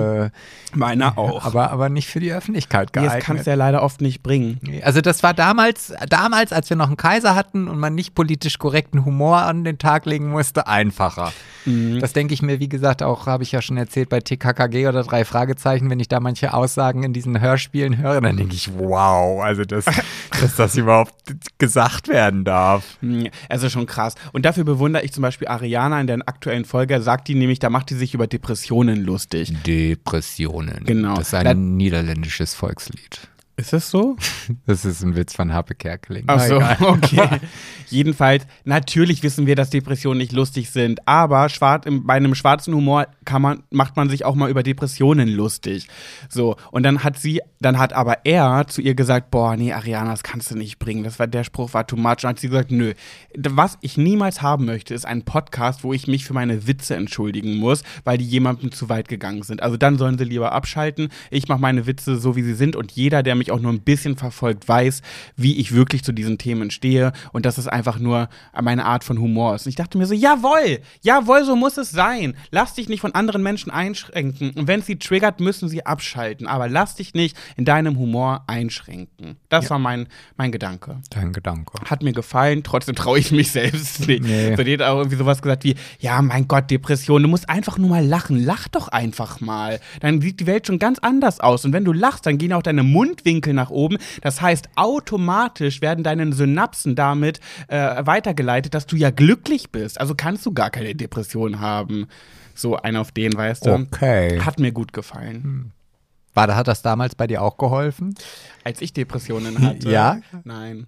meiner auch. Aber nicht für die Öffentlichkeit geeignet. Das kannst du ja leider oft nicht bringen. Also das war damals, als wir noch einen Kaiser hatten und man nicht politisch korrekten Humor an den Tag legen musste, einfacher. Das denke ich mir, wie gesagt, auch habe ich ja schon erzählt bei TKKG oder 3 Fragezeichen, wenn ich da manche Aussagen in diesen Hörspielen höre, dann denke ich, wow, also dass das überhaupt gesagt werden darf. Also schon krass. Und dafür bewundere ich zum Beispiel Ariana in der aktuellen Folge, da macht die sich über Depressionen lustig. Depressionen. Genau. Das ist ein niederländisches Volkslied. Ist das so? Das ist ein Witz von Happe Kerkeling. Ach so, okay. Jedenfalls, natürlich wissen wir, dass Depressionen nicht lustig sind, aber bei einem schwarzen Humor macht man sich auch mal über Depressionen lustig. So, und dann hat aber er zu ihr gesagt, boah, nee, Ariana, das kannst du nicht bringen. Der Spruch war too much. Und hat sie gesagt, nö. Was ich niemals haben möchte, ist ein Podcast, wo ich mich für meine Witze entschuldigen muss, weil die jemandem zu weit gegangen sind. Also dann sollen sie lieber abschalten. Ich mache meine Witze so, wie sie sind, und jeder, der mich auch nur ein bisschen verfolgt, weiß, wie ich wirklich zu diesen Themen stehe und dass es einfach nur meine Art von Humor ist. Und ich dachte mir so, jawohl, so muss es sein. Lass dich nicht von anderen Menschen einschränken. Und wenn sie triggert, müssen sie abschalten. Aber lass dich nicht in deinem Humor einschränken. Das war mein Gedanke. Dein Gedanke. Hat mir gefallen, trotzdem traue ich mich selbst nicht. Nee. So, die hat auch irgendwie sowas gesagt wie, ja, mein Gott, Depression, du musst einfach nur mal lachen. Lach doch einfach mal. Dann sieht die Welt schon ganz anders aus. Und wenn du lachst, dann gehen auch deine Mundwinkel nach oben. Das heißt, automatisch werden deine Synapsen damit weitergeleitet, dass du ja glücklich bist. Also kannst du gar keine Depression haben. So einer auf den, weißt du. Okay. Hat mir gut gefallen. Hat das damals bei dir auch geholfen? Als ich Depressionen hatte? Ja? Nein.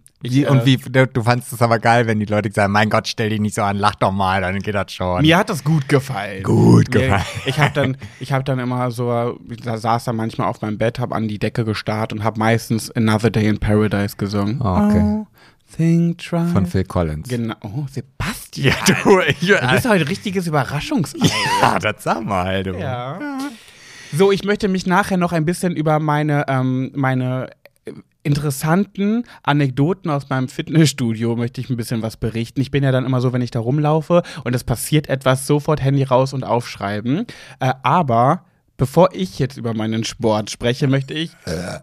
Du fandest es aber geil, wenn die Leute sagen, mein Gott, stell dich nicht so an, lach doch mal, dann geht das schon. Mir hat das gut gefallen. Ich hab dann immer so, da saß da manchmal auf meinem Bett, hab an die Decke gestarrt und hab meistens Another Day in Paradise gesungen. Okay. Think try. Von Phil Collins. Genau. Oh, Sebastian. Ja, du bist heute ein richtiges Überraschungsei. Ja, das sag mal, du. Ja. So, ich möchte mich nachher noch ein bisschen über meine interessanten Anekdoten aus meinem Fitnessstudio möchte ich ein bisschen was berichten. Ich bin ja dann immer so, wenn ich da rumlaufe und es passiert etwas, sofort Handy raus und aufschreiben. Aber bevor ich jetzt über meinen Sport spreche, möchte ich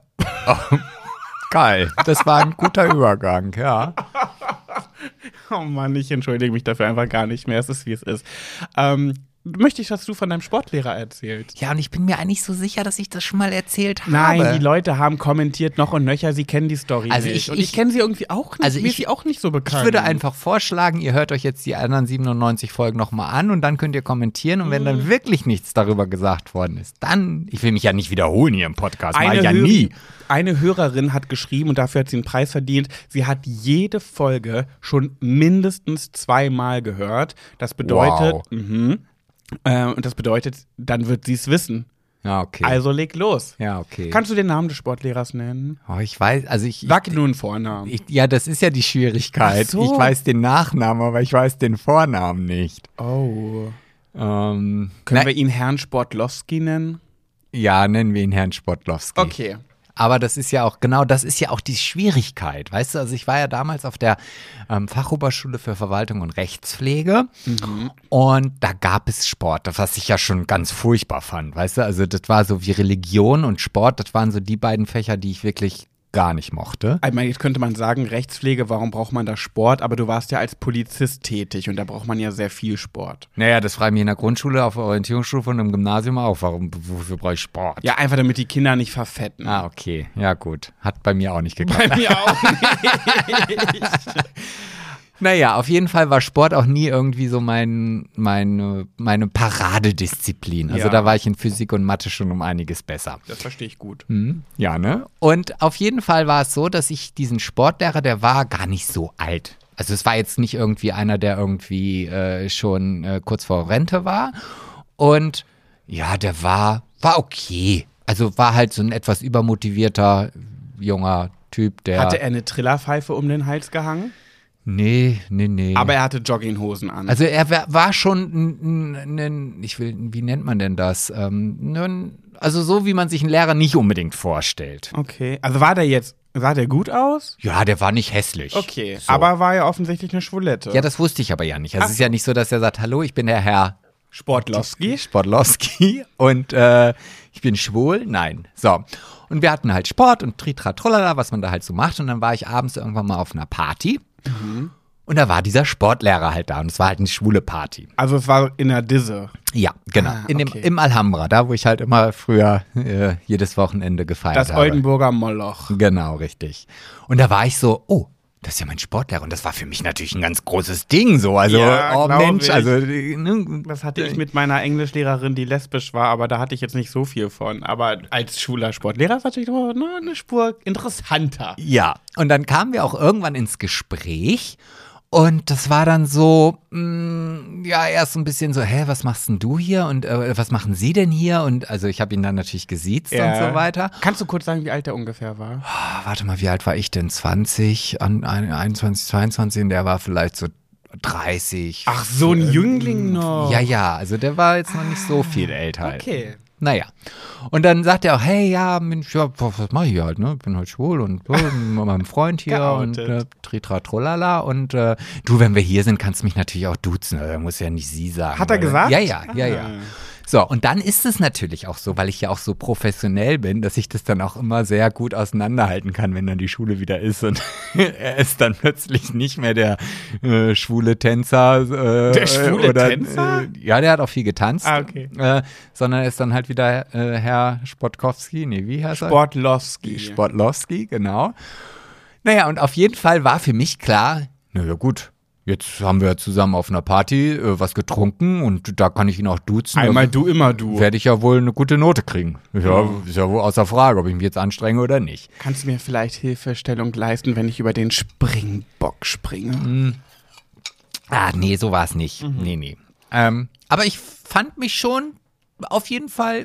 Geil, das war ein guter Übergang, ja. Oh Mann, ich entschuldige mich dafür einfach gar nicht mehr. Es ist, wie es ist. Möchte ich, dass du von deinem Sportlehrer erzählst? Ja, und ich bin mir eigentlich so sicher, dass ich das schon mal erzählt habe. Nein, die Leute haben kommentiert noch und nöcher, sie kennen die Story nicht. Und ich kenne sie irgendwie auch nicht. Also mir ist sie auch nicht so bekannt. Ich würde einfach vorschlagen, ihr hört euch jetzt die anderen 97 Folgen nochmal an und dann könnt ihr kommentieren. Und wenn dann wirklich nichts darüber gesagt worden ist, dann, ich will mich ja nicht wiederholen hier im Podcast, mach ich ja nie. Eine Hörerin hat geschrieben, und dafür hat sie einen Preis verdient, sie hat jede Folge schon mindestens 2-mal gehört. Das bedeutet, und das bedeutet, dann wird sie es wissen. Ja, okay. Also leg los. Ja, okay. Kannst du den Namen des Sportlehrers nennen? Oh, ich weiß, also Sag nur einen Vornamen. Ja, das ist ja die Schwierigkeit. Ach so. Ich weiß den Nachnamen, aber ich weiß den Vornamen nicht. Oh. Können wir ihn Herrn Sportlowski nennen? Ja, nennen wir ihn Herrn Sportlowski. Okay. Aber das ist ja auch, genau, das ist ja auch die Schwierigkeit, weißt du, also ich war ja damals auf der Fachoberschule für Verwaltung und Rechtspflege und da gab es Sport, was ich ja schon ganz furchtbar fand, weißt du, also das war so wie Religion und Sport, das waren so die beiden Fächer, die ich wirklich gar nicht mochte. Ich meine, jetzt könnte man sagen, Rechtspflege, warum braucht man da Sport? Aber du warst ja als Polizist tätig und da braucht man ja sehr viel Sport. Naja, das frage ich mich in der Grundschule, auf der Orientierungsstufe und im Gymnasium auch. Wofür brauche ich Sport? Ja, einfach damit die Kinder nicht verfetten. Ah, okay. Ja, gut. Hat bei mir auch nicht geklappt. Bei mir auch nicht. Naja, auf jeden Fall war Sport auch nie irgendwie so meine Paradedisziplin. Also da war ich in Physik und Mathe schon um einiges besser. Das verstehe ich gut. Ja, ne? Und auf jeden Fall war es so, dass ich diesen Sportlehrer, der war gar nicht so alt. Also es war jetzt nicht irgendwie einer, der irgendwie schon kurz vor Rente war. Und ja, der war okay. Also war halt so ein etwas übermotivierter junger Typ, der... Hatte er eine Trillerpfeife um den Hals gehangen? Nee. Aber er hatte Jogginghosen an. Also er war schon wie nennt man denn das? Also so, wie man sich einen Lehrer nicht unbedingt vorstellt. Okay, also sah der gut aus? Ja, der war nicht hässlich. Okay, so. Aber war ja offensichtlich eine Schwulette. Ja, das wusste ich aber ja nicht. Also es ist ja nicht so, dass er sagt, hallo, ich bin der Herr Sportlowski und ich bin schwul. Nein. So. Und wir hatten halt Sport und Tritra-Trollala, was man da halt so macht. Und dann war ich abends irgendwann mal auf einer Party. Und da war dieser Sportlehrer halt da und es war halt eine schwule Party. Also es war in der Disse. Ja, genau. Okay. Im Alhambra, da wo ich halt immer früher jedes Wochenende gefeiert habe. Das Oldenburger Moloch. Genau, richtig. Und da war ich so, oh, das ist ja mein Sportlehrer. Und das war für mich natürlich ein ganz großes Ding so. Also, Ja, oh Mensch, ich. also. Das hatte ich mit meiner Englischlehrerin, die lesbisch war, aber da hatte ich jetzt nicht so viel von. Aber als schwuler Sportlehrer ist natürlich noch eine Spur interessanter. Ja, und dann kamen wir auch irgendwann ins Gespräch. Und das war dann so, erst so ein bisschen so, was machst denn du hier und was machen Sie denn hier? Und also ich habe ihn dann natürlich gesiezt und so weiter. Kannst du kurz sagen, wie alt der ungefähr war? Warte mal, wie alt war ich denn? 20, 21, 22 und der war vielleicht so 30. Ach, so ein Jüngling noch. Ja, also der war jetzt noch nicht so viel älter. Okay. Naja. Und dann sagt er auch, hey, ja, Mensch, ja, was mach ich hier halt, ne? Ich bin halt schwul und mit meinem Freund hier und tritra trollala und du, wenn wir hier sind, kannst du mich natürlich auch duzen, also muss ja nicht sie sagen. Hat er gesagt? Ja. So, und dann ist es natürlich auch so, weil ich ja auch so professionell bin, dass ich das dann auch immer sehr gut auseinanderhalten kann, wenn dann die Schule wieder ist und er ist dann plötzlich nicht mehr der schwule Tänzer. Der schwule Tänzer? Ja, der hat auch viel getanzt. Ah, okay. Sondern er ist dann halt wieder Herr Sportkowski, wie heißt er? Sportlowski, genau. Naja, und auf jeden Fall war für mich klar, naja gut, jetzt haben wir zusammen auf einer Party was getrunken und da kann ich ihn auch duzen. Einmal du, immer du. Werde ich ja wohl eine gute Note kriegen. Ja, ist ja wohl außer Frage, ob ich mich jetzt anstrenge oder nicht. Kannst du mir vielleicht Hilfestellung leisten, wenn ich über den Springbock springe? Nee, so war es nicht. Nee. Aber ich fand mich schon auf jeden Fall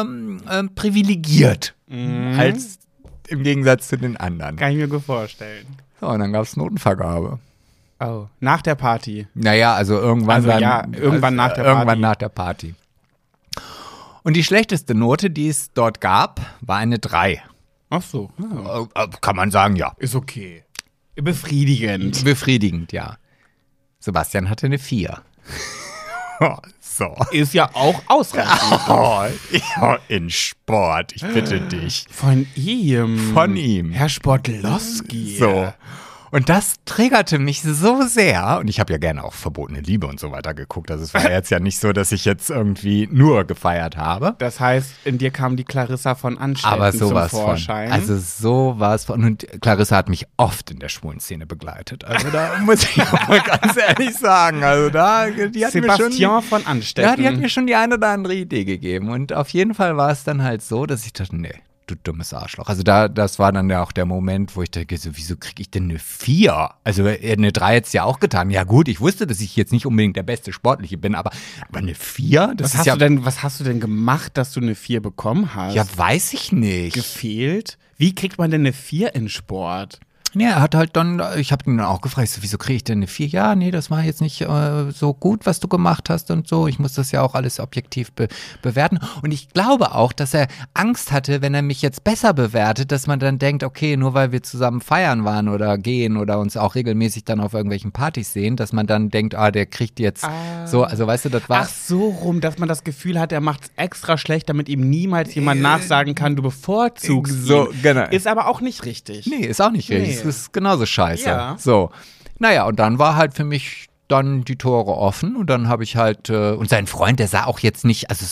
privilegiert. Als im Gegensatz zu den anderen. Kann ich mir gut vorstellen. So, und dann gab es Notenvergabe. Oh, nach der Party. Naja, also irgendwann nach der Party. Irgendwann nach der Party. Und die schlechteste Note, die es dort gab, war eine 3. Ach so. Ja. Kann man sagen, ja. Ist okay. Befriedigend. Befriedigend, ja. Sebastian hatte eine 4. So. Ist ja auch ausreichend. In Sport, ich bitte dich. Von ihm. Herr Sportlowski. So. Und das triggerte mich so sehr. Und ich habe ja gerne auch Verbotene Liebe und so weiter geguckt. Also es war jetzt ja nicht so, dass ich jetzt irgendwie nur gefeiert habe. Das heißt, in dir kam die Clarissa von Anstetten aber sowas zum Vorschein. Also sowas von. Und Clarissa hat mich oft in der schwulen Szene begleitet. Also da muss ich auch mal ganz ehrlich sagen. Also die hat Sebastian von Anstetten. Ja, die hat mir schon die eine oder andere Idee gegeben. Und auf jeden Fall war es dann halt so, dass ich dachte, nee, du dummes Arschloch. Also das war dann ja auch der Moment, wo ich dachte, so, wieso kriege ich denn eine 4? Also eine 3 hätte es ja auch getan. Ja gut, ich wusste, dass ich jetzt nicht unbedingt der beste Sportliche bin, aber eine 4? Was hast du denn gemacht, dass du eine 4 bekommen hast? Ja, weiß ich nicht. Gefehlt? Wie kriegt man denn eine 4 in Sport? Nee, er hat halt dann, ich habe ihn dann auch gefragt, so, wieso kriege ich denn eine 4? Ja, nee, das war jetzt nicht so gut, was du gemacht hast und so. Ich muss das ja auch alles objektiv bewerten. Und ich glaube auch, dass er Angst hatte, wenn er mich jetzt besser bewertet, dass man dann denkt, okay, nur weil wir zusammen feiern waren oder gehen oder uns auch regelmäßig dann auf irgendwelchen Partys sehen, dass man dann denkt, der kriegt jetzt so, also weißt du, das war... Ach so rum, dass man das Gefühl hat, er macht es extra schlecht, damit ihm niemals jemand nachsagen kann, du bevorzugst so, ihn. Genau. Ist aber auch nicht richtig. Nee, ist auch nicht richtig. Das ist genauso scheiße. Ja. So. Naja, und dann war halt für mich dann die Tore offen und dann habe ich halt, und sein Freund, der sah auch jetzt nicht, also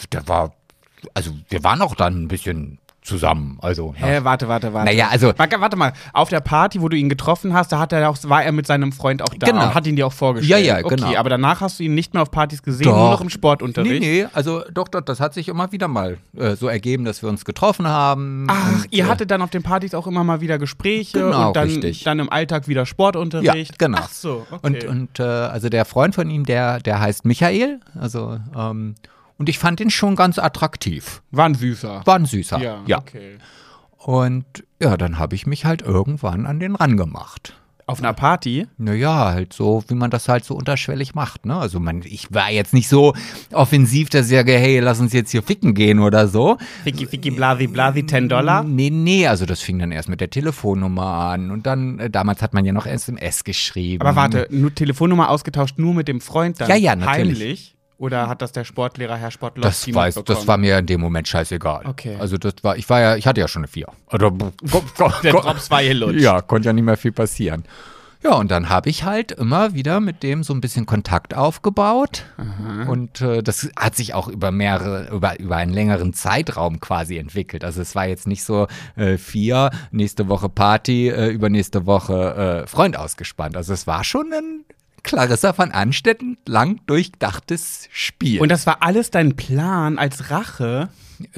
wir waren auch dann ein bisschen zusammen, also. Hä, warte. Naja, also. Warte mal, auf der Party, wo du ihn getroffen hast, da war er mit seinem Freund auch da und hat ihn dir auch vorgestellt. Ja, genau. Okay, aber danach hast du ihn nicht mehr auf Partys gesehen, nur noch im Sportunterricht. Nee, also doch, das hat sich immer wieder mal so ergeben, dass wir uns getroffen haben. Ach, und, ihr hattet dann auf den Partys auch immer mal wieder Gespräche genau, und dann, richtig. Dann im Alltag wieder Sportunterricht. Ja, genau. Ach so, okay. Und also der Freund von ihm, der heißt Michael, also und ich fand ihn schon ganz attraktiv. War ein Süßer. Ja. Okay. Und ja, dann habe ich mich halt irgendwann an den rangemacht. Auf einer Party? Naja, halt so, wie man das halt so unterschwellig macht, ne? Also ich war jetzt nicht so offensiv, dass ich sage, hey, lass uns jetzt hier ficken gehen oder so. Ficky, blasi, $10? Nee, also das fing dann erst mit der Telefonnummer an und dann, damals hat man ja noch SMS geschrieben. Aber warte, nur Telefonnummer ausgetauscht, nur mit dem Freund dann? Ja, natürlich. Heimlich? Oder hat das der Sportlehrer, Herr Sportlowski, mitbekommen? Das war mir in dem Moment scheißegal. Okay. Also ich hatte ja schon eine 4. Der Drops war gelutscht. Ja, konnte ja nicht mehr viel passieren. Ja, und dann habe ich halt immer wieder mit dem so ein bisschen Kontakt aufgebaut. Aha. Und das hat sich auch über einen längeren Zeitraum quasi entwickelt. Also es war jetzt nicht so 4, nächste Woche Party, übernächste Woche Freund ausgespannt. Also es war schon ein Clarissa von Anstetten lang durchdachtes Spiel. Und das war alles dein Plan als Rache?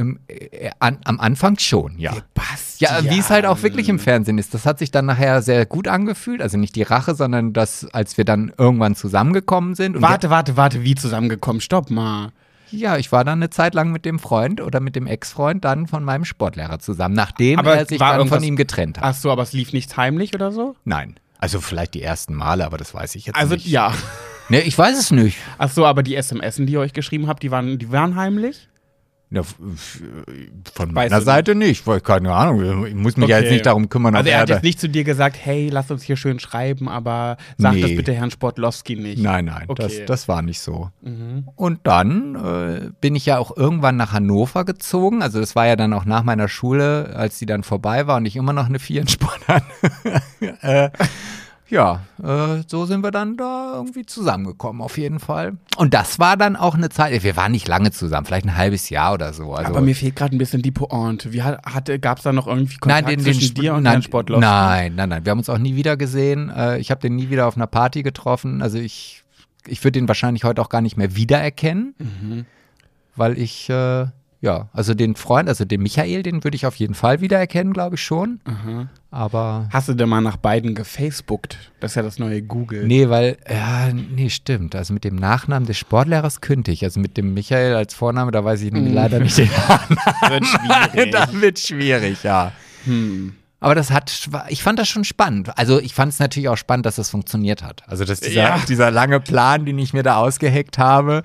Am Anfang schon, ja. Sebastian. Ja, wie es halt auch wirklich im Fernsehen ist. Das hat sich dann nachher sehr gut angefühlt. Also nicht die Rache, sondern das, als wir dann irgendwann zusammengekommen sind. Und warte, wie zusammengekommen? Stopp mal. Ja, ich war dann eine Zeit lang mit dem Freund oder mit dem Ex-Freund dann von meinem Sportlehrer zusammen, nachdem er sich dann von ihm getrennt hat. Ach so, aber es lief nichts heimlich oder so? Nein. Also vielleicht die ersten Male, aber das weiß ich jetzt nicht. Also ja. Ne, ich weiß es nicht. Ach so, aber die SMS'en, die ihr euch geschrieben habt, die waren heimlich? Ja, von meiner Seite nicht, weil keine Ahnung, ich muss mich ja jetzt nicht darum kümmern. Also er hat jetzt nicht zu dir gesagt, hey, lass uns hier schön schreiben, aber sag das bitte Herrn Sportlowski nicht. Nein, okay. das war nicht so. Mhm. Und dann bin ich ja auch irgendwann nach Hannover gezogen, also das war ja dann auch nach meiner Schule, als die dann vorbei war und ich immer noch eine 4 in Sport hatte. Ja, so sind wir dann da irgendwie zusammengekommen, auf jeden Fall. Und das war dann auch eine Zeit, wir waren nicht lange zusammen, vielleicht ein halbes Jahr oder so. Also aber mir fehlt gerade ein bisschen die Pointe. Gab es da noch irgendwie Kontakt zwischen dir und Herrn Sportlowski? Nein, wir haben uns auch nie wieder gesehen. Ich habe den nie wieder auf einer Party getroffen. Also ich würde den wahrscheinlich heute auch gar nicht mehr wiedererkennen, weil ich... also den Freund, also den Michael, den würde ich auf jeden Fall wiedererkennen, glaube ich schon. Mhm. Aber. Hast du denn mal nach beiden gefacebookt? Das ist ja das neue Google. Nee, stimmt. Also mit dem Nachnamen des Sportlehrers könnte ich. Also mit dem Michael als Vorname, da weiß ich leider nicht den Nachnamen. Wird schwierig. Das wird schwierig, ja. Aber ich fand das schon spannend. Also ich fand es natürlich auch spannend, dass das funktioniert hat. Also dass dieser lange Plan, den ich mir da ausgeheckt habe,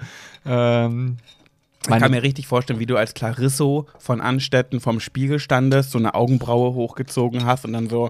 ich kann mir richtig vorstellen, wie du als Clarisso von Anstetten vom Spiegel standest, so eine Augenbraue hochgezogen hast und dann so.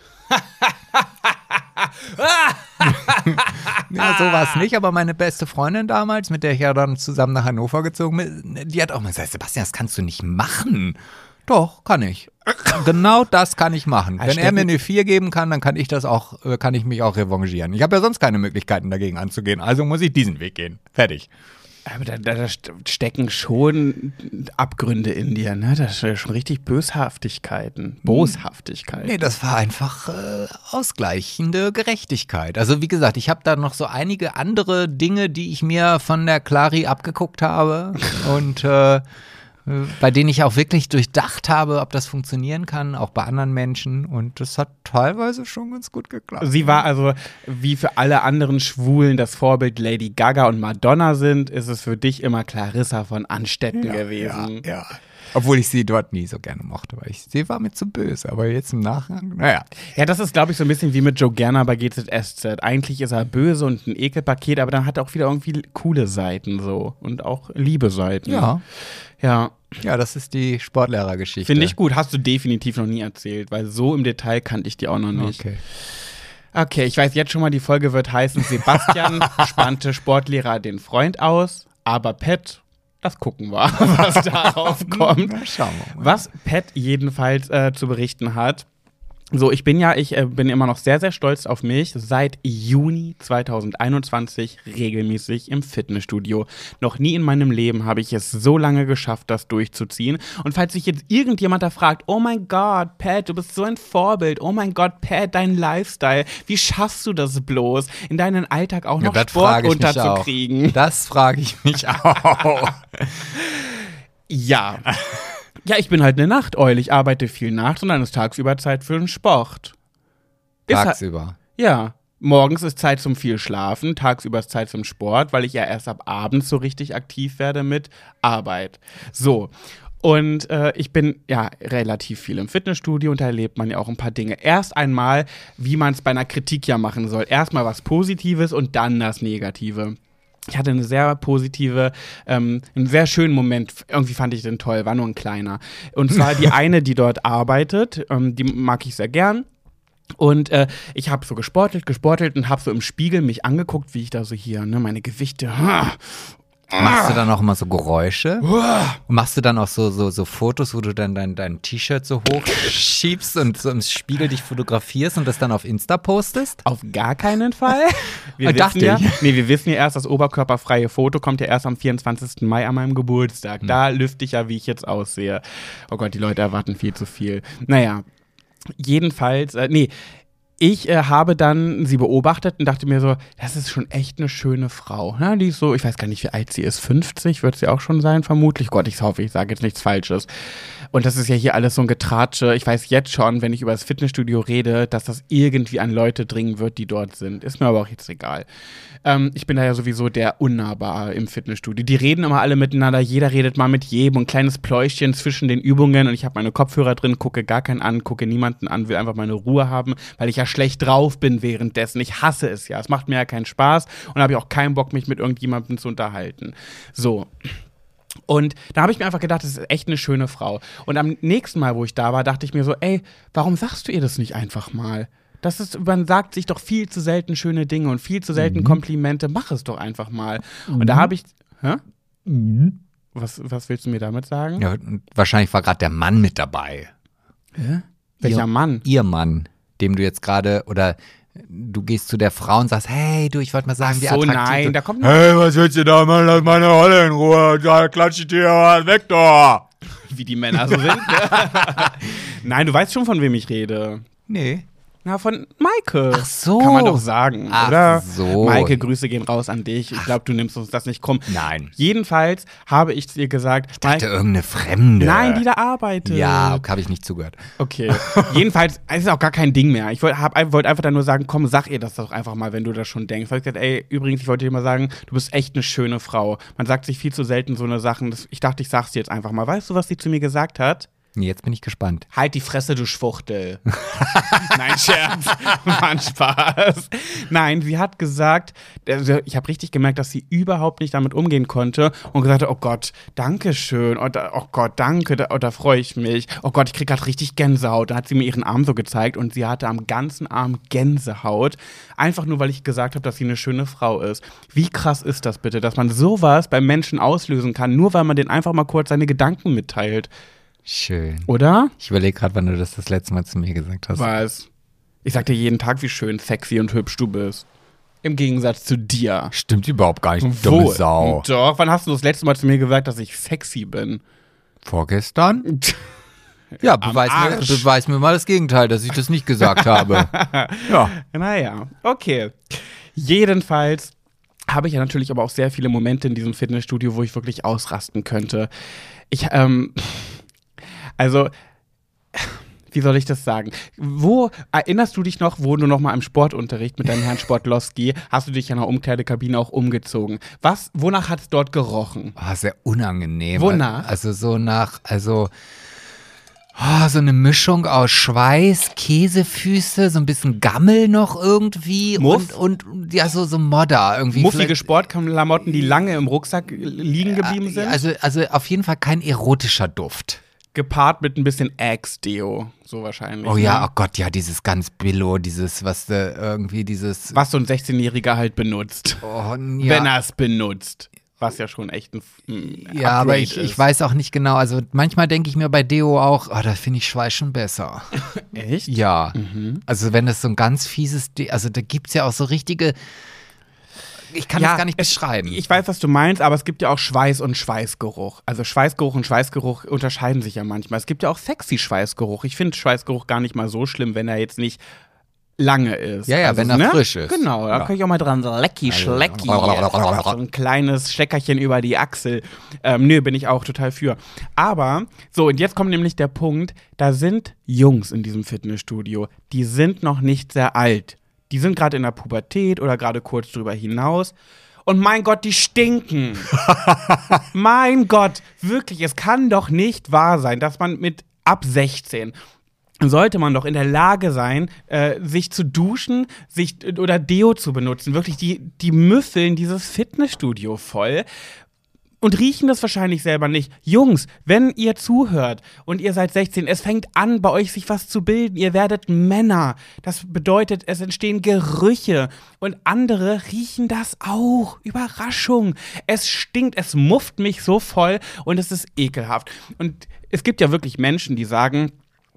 Ja, so war es nicht, aber meine beste Freundin damals, mit der ich ja dann zusammen nach Hannover gezogen bin, die hat auch mal gesagt, Sebastian, das kannst du nicht machen. Doch, kann ich. Genau das kann ich machen. Wenn er mir eine 4 geben kann, dann kann ich mich auch revanchieren. Ich habe ja sonst keine Möglichkeiten dagegen anzugehen, also muss ich diesen Weg gehen. Fertig. Aber da stecken schon Abgründe in dir, ne? Das ist schon richtig Boshaftigkeiten. Nee, das war einfach ausgleichende Gerechtigkeit. Also wie gesagt, ich habe da noch so einige andere Dinge, die ich mir von der Clari abgeguckt habe und bei denen ich auch wirklich durchdacht habe, ob das funktionieren kann, auch bei anderen Menschen. Und das hat teilweise schon ganz gut geklappt. Sie war also, wie für alle anderen Schwulen das Vorbild Lady Gaga und Madonna sind, ist es für dich immer Clarissa von Anstetten gewesen. Ja. Obwohl ich sie dort nie so gerne mochte, weil sie war mir zu böse. Aber jetzt im Nachgang, naja. Ja, das ist, glaube ich, so ein bisschen wie mit Joe Gerner bei GZSZ. Eigentlich ist er böse und ein Ekelpaket, aber dann hat er auch wieder irgendwie coole Seiten so und auch liebe Seiten. Ja. Ja. Ja, das ist die Sportlehrergeschichte. Finde ich gut. Hast du definitiv noch nie erzählt, weil so im Detail kannte ich die auch noch nicht. Okay, ich weiß jetzt schon mal, die Folge wird heißen, Sebastian spannte Sportlehrer den Freund aus, aber Pat, das gucken wir, was darauf kommt. Na, schauen wir mal. Was Pat jedenfalls zu berichten hat. So, ich bin immer noch sehr, sehr stolz auf mich. Seit Juni 2021 regelmäßig im Fitnessstudio. Noch nie in meinem Leben habe ich es so lange geschafft, das durchzuziehen. Und falls sich jetzt irgendjemand da fragt, oh mein Gott, Pat, du bist so ein Vorbild. Oh mein Gott, Pat, dein Lifestyle. Wie schaffst du das bloß, in deinen Alltag auch noch Sport unterzukriegen? Das frage ich mich auch. Ja. Ja, ich bin halt eine Nachteule. Ich arbeite viel nachts und dann ist tagsüber Zeit für den Sport. Tagsüber? Ja. Morgens ist Zeit zum viel Schlafen, tagsüber ist Zeit zum Sport, weil ich ja erst ab abends so richtig aktiv werde mit Arbeit. So. Und ich bin ja relativ viel im Fitnessstudio und da erlebt man ja auch ein paar Dinge. Erst einmal, wie man es bei einer Kritik ja machen soll. Erstmal was Positives und dann das Negative. Ich hatte eine sehr positive, einen sehr schönen Moment. Irgendwie fand ich den toll, war nur ein kleiner. Und zwar die eine, die dort arbeitet, die mag ich sehr gern. Und ich habe so gesportelt und habe so im Spiegel mich angeguckt, wie ich da so hier, ne, meine Gewichte. Machst du dann auch immer so Geräusche? Machst du dann auch so Fotos, wo du dann dein T-Shirt so hochschiebst und so im Spiegel dich fotografierst und das dann auf Insta postest? Auf gar keinen Fall. Wir wissen ja erst, das oberkörperfreie Foto kommt ja erst am 24. Mai an meinem Geburtstag. Da lüfte ich ja, wie ich jetzt aussehe. Oh Gott, die Leute erwarten viel zu viel. Naja, jedenfalls, ich habe dann sie beobachtet und dachte mir so, das ist schon echt eine schöne Frau. Ne? Die ist so, ich weiß gar nicht, wie alt sie ist, 50 wird sie auch schon sein, vermutlich. Gott, ich hoffe, ich sage jetzt nichts Falsches. Und das ist ja hier alles so ein Getratsche. Ich weiß jetzt schon, wenn ich über das Fitnessstudio rede, dass das irgendwie an Leute dringen wird, die dort sind. Ist mir aber auch jetzt egal. Ich bin da ja sowieso der Unnahbar im Fitnessstudio. Die reden immer alle miteinander, jeder redet mal mit jedem. Ein kleines Pläuschchen zwischen den Übungen und ich habe meine Kopfhörer drin, gucke gar keinen an, gucke niemanden an, will einfach meine Ruhe haben, weil ich ja schlecht drauf bin währenddessen. Ich hasse es ja. Es macht mir ja keinen Spaß und habe ich auch keinen Bock, mich mit irgendjemandem zu unterhalten. So. Und da habe ich mir einfach gedacht, das ist echt eine schöne Frau. Und am nächsten Mal, wo ich da war, dachte ich mir so, ey, warum sagst du ihr das nicht einfach mal? Man sagt sich doch viel zu selten schöne Dinge und viel zu selten Komplimente. Mach es doch einfach mal. Und da habe ich, Was willst du mir damit sagen? Ja, wahrscheinlich war gerade der Mann mit dabei. Hä? Welcher Mann? Ihr Mann, dem du jetzt gerade, oder du gehst zu der Frau und sagst, hey, du, ich wollte mal sagen, wie attraktiv nein, da kommt hey, was willst du da, Mann, lass meine Rolle in Ruhe, da klatsche ich dir weg, da. Wie die Männer so sind. Nein, du weißt schon, von wem ich rede. Nee. Na, von Maike. Ach so. Kann man doch sagen, Ach oder? So. Maike, Grüße gehen raus an dich. Ich glaube, du nimmst uns das nicht krumm. Nein. Jedenfalls habe ich dir gesagt. Ich dachte, irgendeine Fremde. Nein, die da arbeitet. Ja, habe ich nicht zugehört. Okay. Jedenfalls, es ist auch gar kein Ding mehr. Ich wollte einfach dann nur sagen, komm, sag ihr das doch einfach mal, wenn du das schon denkst. Ich habe gesagt, ey, übrigens, ich wollte dir mal sagen, du bist echt eine schöne Frau. Man sagt sich viel zu selten so eine Sachen. Ich dachte, ich sag's dir jetzt einfach mal. Weißt du, was sie zu mir gesagt hat? Jetzt bin ich gespannt. Halt die Fresse, du Schwuchtel. Nein, Scherz. Mann, Spaß. Nein, sie hat gesagt, ich habe richtig gemerkt, dass sie überhaupt nicht damit umgehen konnte und gesagt hat, oh Gott, danke schön. Oh Gott, danke, da freue ich mich. Oh Gott, ich krieg gerade richtig Gänsehaut. Dann hat sie mir ihren Arm so gezeigt und sie hatte am ganzen Arm Gänsehaut. Einfach nur, weil ich gesagt habe, dass sie eine schöne Frau ist. Wie krass ist das bitte, dass man sowas beim Menschen auslösen kann, nur weil man den einfach mal kurz seine Gedanken mitteilt. Schön. Oder? Ich überlege gerade, wann du das letzte Mal zu mir gesagt hast. Was? Ich sag dir jeden Tag, wie schön, sexy und hübsch du bist. Im Gegensatz zu dir. Stimmt überhaupt gar nicht, dumme Sau. Doch, wann hast du das letzte Mal zu mir gesagt, dass ich sexy bin? Vorgestern? Ja, beweis mir mal das Gegenteil, dass ich das nicht gesagt habe. Ja. Naja, okay. Jedenfalls habe ich ja natürlich aber auch sehr viele Momente in diesem Fitnessstudio, wo ich wirklich ausrasten könnte. Also, wie soll ich das sagen? Wo, erinnerst du dich noch, wo du noch mal im Sportunterricht mit deinem Herrn Sportlowski, hast du dich in der Umkleidekabine auch umgezogen? Wonach hat es dort gerochen? Sehr unangenehm. Wonach? Also so so eine Mischung aus Schweiß, Käsefüße, so ein bisschen Gammel noch irgendwie und ja, so Modder irgendwie. Muffige Sportklamotten, die lange im Rucksack liegen geblieben sind? Also auf jeden Fall kein erotischer Duft. Gepaart mit ein bisschen Axe-Deo, so wahrscheinlich. Oh ja, oh Gott, ja, dieses ganz Billo, was so ein 16-Jähriger halt benutzt. Oh, ja. Wenn er es benutzt. Was ja schon echt ein ja, aber ich weiß auch nicht genau. Also manchmal denke ich mir bei Deo auch, da finde ich Schweiß schon besser. Echt? Ja. Also wenn das so ein ganz fieses also da gibt es ja auch so richtige, ich kann das gar nicht beschreiben. Ich weiß, was du meinst, aber es gibt ja auch Schweiß und Schweißgeruch. Also Schweißgeruch und Schweißgeruch unterscheiden sich ja manchmal. Es gibt ja auch sexy Schweißgeruch. Ich finde Schweißgeruch gar nicht mal so schlimm, wenn er jetzt nicht lange ist. Ja, also, wenn er frisch ist. Genau, da kann ich auch mal dran so lecki, schlecki. So ein kleines Steckerchen über die Achsel. Bin ich auch total für. Aber, so, und jetzt kommt nämlich der Punkt, da sind Jungs in diesem Fitnessstudio, die sind noch nicht sehr alt. Die sind gerade in der Pubertät oder gerade kurz drüber hinaus. Und mein Gott, die stinken. Mein Gott, wirklich, es kann doch nicht wahr sein, dass man mit ab 16 sollte man doch in der Lage sein, sich zu duschen, oder Deo zu benutzen. Wirklich, die müffeln dieses Fitnessstudio voll und riechen das wahrscheinlich selber nicht. Jungs, wenn ihr zuhört und ihr seid 16, es fängt an, bei euch sich was zu bilden. Ihr werdet Männer. Das bedeutet, es entstehen Gerüche und andere riechen das auch. Überraschung. Es stinkt, es mufft mich so voll und es ist ekelhaft. Und es gibt ja wirklich Menschen, die sagen,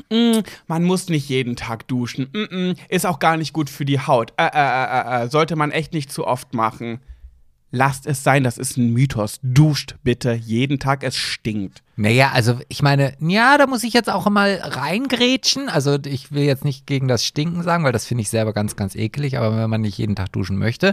man muss nicht jeden Tag duschen. Ist auch gar nicht gut für die Haut. Sollte man echt nicht zu oft machen. Lasst es sein, das ist ein Mythos. Duscht bitte jeden Tag, es stinkt. Naja, also ich meine, ja, da muss ich jetzt auch mal reingrätschen. Also ich will jetzt nicht gegen das Stinken sagen, weil das finde ich selber ganz, ganz eklig. Aber wenn man nicht jeden Tag duschen möchte,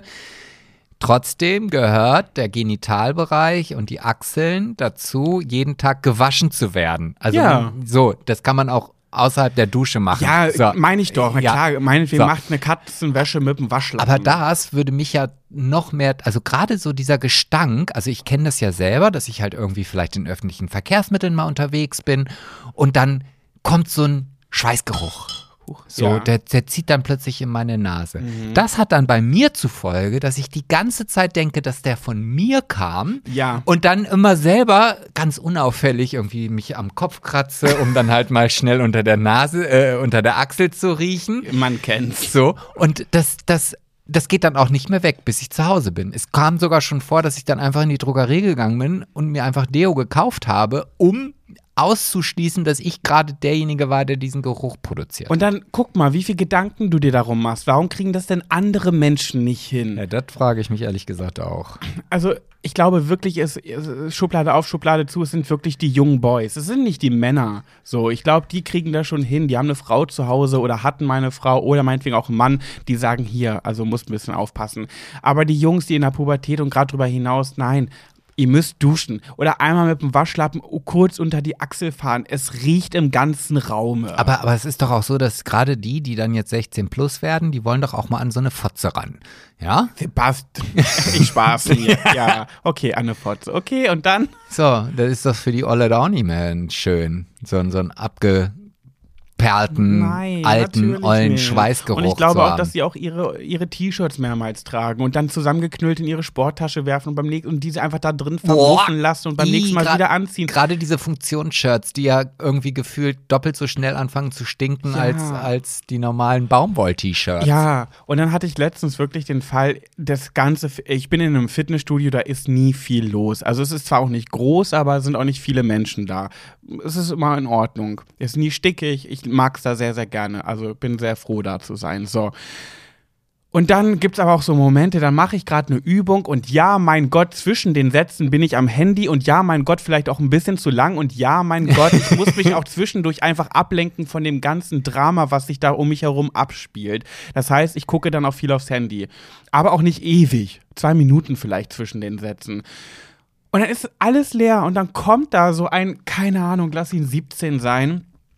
trotzdem gehört der Genitalbereich und die Achseln dazu, jeden Tag gewaschen zu werden. Also so, das kann man auch außerhalb der Dusche machen. Ja, so. Meine ich doch. Na klar, meinetwegen macht eine Katzenwäsche mit dem Waschlappen. Aber das würde mich ja noch mehr, also gerade so dieser Gestank, also ich kenne das ja selber, dass ich halt irgendwie vielleicht in öffentlichen Verkehrsmitteln mal unterwegs bin und dann kommt so ein Schweißgeruch. So, der zieht dann plötzlich in meine Nase. Das hat dann bei mir zur Folge, dass ich die ganze Zeit denke, dass der von mir kam und dann immer selber ganz unauffällig irgendwie mich am Kopf kratze, um dann halt mal schnell unter der Nase, unter der Achsel zu riechen. Man kennt's. So, und das geht dann auch nicht mehr weg, bis ich zu Hause bin. Es kam sogar schon vor, dass ich dann einfach in die Drogerie gegangen bin und mir einfach Deo gekauft habe, um auszuschließen, dass ich gerade derjenige war, der diesen Geruch produziert. Und dann guck mal, wie viel Gedanken du dir darum machst. Warum kriegen das denn andere Menschen nicht hin? Ja, das frage ich mich ehrlich gesagt auch. Also ich glaube wirklich, es Schublade auf, Schublade zu, es sind wirklich die jungen Boys. Es sind nicht die Männer. So, ich glaube, die kriegen das schon hin. Die haben eine Frau zu Hause oder hatten mal eine Frau oder meinetwegen auch einen Mann, die sagen, hier, also musst ein bisschen aufpassen. Aber die Jungs, die in der Pubertät und gerade drüber hinaus, nein, ihr müsst duschen oder einmal mit dem Waschlappen kurz unter die Achsel fahren. Es riecht im ganzen Raum. Aber es ist doch auch so, dass gerade die dann jetzt 16 plus werden, die wollen doch auch mal an so eine Fotze ran. Ja? Sebastian, ich spaß mir. Ja, okay, an eine Fotze. Okay, und dann? So, das ist doch für die Olle auch nicht mehr schön. So ein abgeperlten, alten, ollen Schweißgeruch. Und ich glaube auch, dass sie auch ihre T-Shirts mehrmals tragen und dann zusammengeknüllt in ihre Sporttasche werfen und und diese einfach da drin vermuffen lassen und beim nächsten Mal wieder anziehen. Gerade diese Funktionsshirts, die ja irgendwie gefühlt doppelt so schnell anfangen zu stinken als die normalen Baumwoll-T-Shirts. Ja, und dann hatte ich letztens wirklich den Fall, ich bin in einem Fitnessstudio, da ist nie viel los. Also es ist zwar auch nicht groß, aber es sind auch nicht viele Menschen da. Es ist immer in Ordnung. Es ist nie stickig, ich mag es da sehr, sehr gerne. Also bin sehr froh, da zu sein. So. Und dann gibt es aber auch so Momente, dann mache ich gerade eine Übung und ja, mein Gott, zwischen den Sätzen bin ich am Handy und ja, mein Gott, vielleicht auch ein bisschen zu lang und ja, mein Gott, ich muss mich auch zwischendurch einfach ablenken von dem ganzen Drama, was sich da um mich herum abspielt. Das heißt, ich gucke dann auch viel aufs Handy. Aber auch nicht ewig. 2 Minuten vielleicht zwischen den Sätzen. Und dann ist alles leer und dann kommt da so ein, keine Ahnung, lass ihn 17 sein,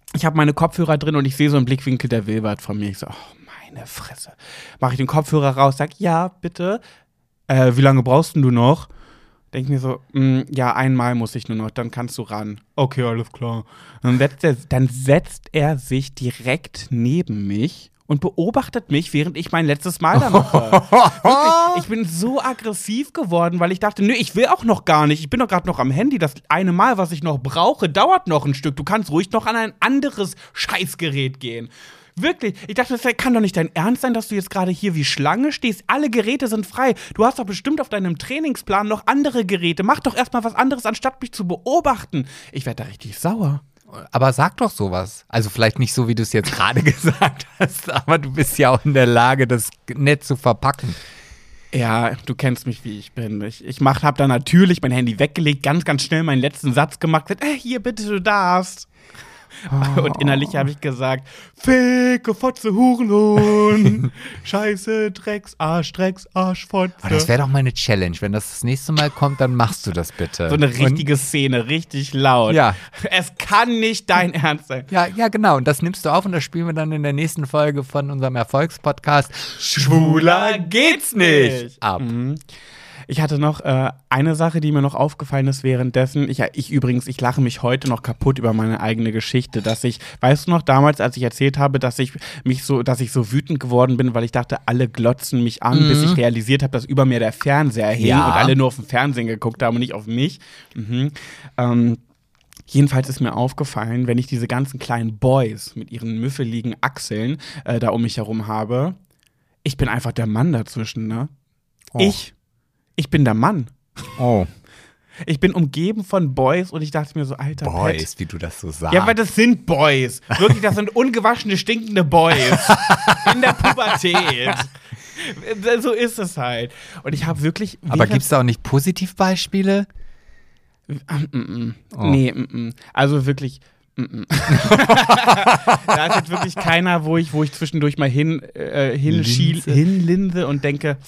Ich habe meine Kopfhörer drin und ich sehe so einen Blickwinkel der Wilbert von mir. Ich so, oh, meine Fresse. Mache ich den Kopfhörer raus, sag, ja, bitte. Wie lange brauchst denn du noch? Denk mir so, ja, einmal muss ich nur noch, dann kannst du ran. Okay, alles klar. Dann setzt er sich direkt neben mich und beobachtet mich, während ich mein letztes Mal da mache. Wirklich, ich bin so aggressiv geworden, weil ich dachte, nö, ich will auch noch gar nicht. Ich bin doch gerade noch am Handy. Das eine Mal, was ich noch brauche, dauert noch ein Stück. Du kannst ruhig noch an ein anderes Scheißgerät gehen. Wirklich, ich dachte, das kann doch nicht dein Ernst sein, dass du jetzt gerade hier wie Schlange stehst. Alle Geräte sind frei. Du hast doch bestimmt auf deinem Trainingsplan noch andere Geräte. Mach doch erstmal was anderes, anstatt mich zu beobachten. Ich werde da richtig sauer. Aber sag doch sowas. Also vielleicht nicht so, wie du es jetzt gerade gesagt hast, aber du bist ja auch in der Lage, das nett zu verpacken. Ja, du kennst mich, wie ich bin. Ich hab da natürlich mein Handy weggelegt, ganz, ganz schnell meinen letzten Satz gemacht. Hier, bitte, du darfst. Und innerlich habe ich gesagt, Ficke, Fotze, Hurensohn, Scheiße, Drecksarsch, Fotze. Aber das wäre doch mal eine Challenge. Wenn das nächste Mal kommt, dann machst du das bitte. So eine richtige Szene, richtig laut. Ja. Es kann nicht dein Ernst sein. Ja, genau. Und das nimmst du auf und das spielen wir dann in der nächsten Folge von unserem Erfolgspodcast Schwuler geht's nicht. Ab. Ich hatte noch eine Sache, die mir noch aufgefallen ist währenddessen. Ich lache mich heute noch kaputt über meine eigene Geschichte, weißt du noch, damals, als ich erzählt habe, dass ich so wütend geworden bin, weil ich dachte, alle glotzen mich an, bis ich realisiert habe, dass über mir der Fernseher hing und alle nur auf den Fernsehen geguckt haben und nicht auf mich. Jedenfalls ist mir aufgefallen, wenn ich diese ganzen kleinen Boys mit ihren müffeligen Achseln da um mich herum habe, ich bin einfach der Mann dazwischen, ne? Oh. Ich bin der Mann. Oh. Ich bin umgeben von Boys und ich dachte mir so, Alter, Boys, wie du das so sagst. Ja, weil das sind Boys. Wirklich, das sind ungewaschene, stinkende Boys. In der Pubertät. So ist es halt. Und ich habe wirklich. Aber gibt es da auch nicht Positivbeispiele? Nee, also wirklich. Da ist jetzt wirklich keiner, wo ich zwischendurch mal hinlinse und denke,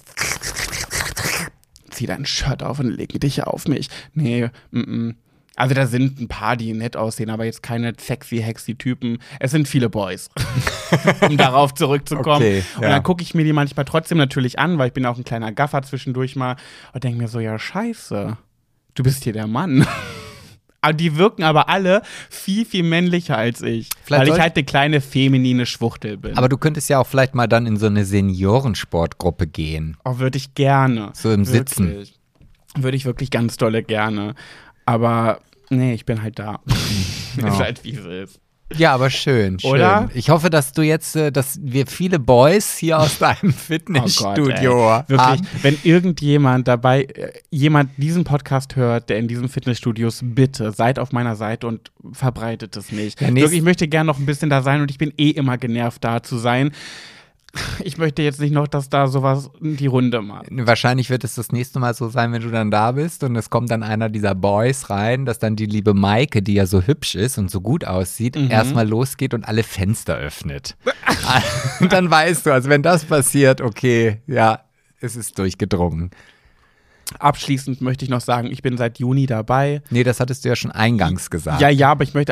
zieh dein Shirt auf und leg dich auf mich. Nee, Also da sind ein paar, die nett aussehen, aber jetzt keine sexy Typen. Es sind viele Boys, um darauf zurückzukommen. Okay, ja. Und dann gucke ich mir die manchmal trotzdem natürlich an, weil ich bin auch ein kleiner Gaffer zwischendurch mal und denke mir so, ja scheiße, du bist hier der Mann. Die wirken aber alle viel, viel männlicher als ich. Weil ich halt eine kleine feminine Schwuchtel bin. Aber du könntest ja auch vielleicht mal dann in so eine Seniorensportgruppe gehen. Oh, würde ich gerne. So im Sitzen. Würde ich wirklich ganz dolle gerne. Aber nee, ich bin halt da. Ist halt wie es ist. Ja, aber schön. Oder? Ich hoffe, dass du jetzt, dass wir viele Boys hier aus deinem Fitnessstudio haben. Wirklich, wenn irgendjemand diesen Podcast hört, der in diesen Fitnessstudios, bitte seid auf meiner Seite und verbreitet es nicht. Wirklich, ich möchte gerne noch ein bisschen da sein und ich bin immer genervt, da zu sein. Ich möchte jetzt nicht noch, dass da sowas die Runde macht. Wahrscheinlich wird es das nächste Mal so sein, wenn du dann da bist und es kommt dann einer dieser Boys rein, dass dann die liebe Maike, die ja so hübsch ist und so gut aussieht, erstmal losgeht und alle Fenster öffnet. Und dann weißt du, also wenn das passiert, okay, ja, es ist durchgedrungen. Abschließend möchte ich noch sagen, ich bin seit Juni dabei. Nee, das hattest du ja schon eingangs gesagt. Ja, aber ich möchte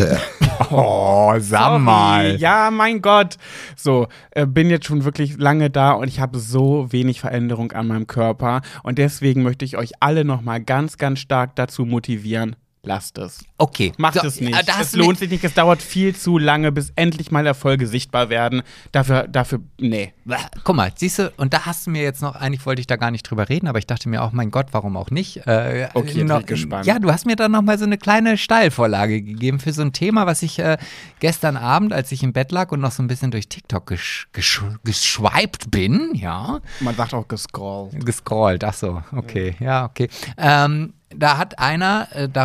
Oh, sag mal. Ja, mein Gott. So, bin jetzt schon wirklich lange da und ich habe so wenig Veränderung an meinem Körper. Und deswegen möchte ich euch alle noch mal ganz, ganz stark dazu motivieren. Lasst es. Okay. Macht es nicht. Es lohnt sich nicht. Es dauert viel zu lange, bis endlich mal Erfolge sichtbar werden. Dafür, nee. Guck mal, siehst du, und da hast du mir jetzt noch, eigentlich wollte ich da gar nicht drüber reden, aber ich dachte mir auch, mein Gott, warum auch nicht? Okay, jetzt bin ich gespannt. Ja, du hast mir da noch mal so eine kleine Steilvorlage gegeben für so ein Thema, was ich gestern Abend, als ich im Bett lag und noch so ein bisschen durch TikTok geschwiped bin, ja. Man sagt auch gescrollt. Gescrollt, ach so, okay, ja, okay. Da hat einer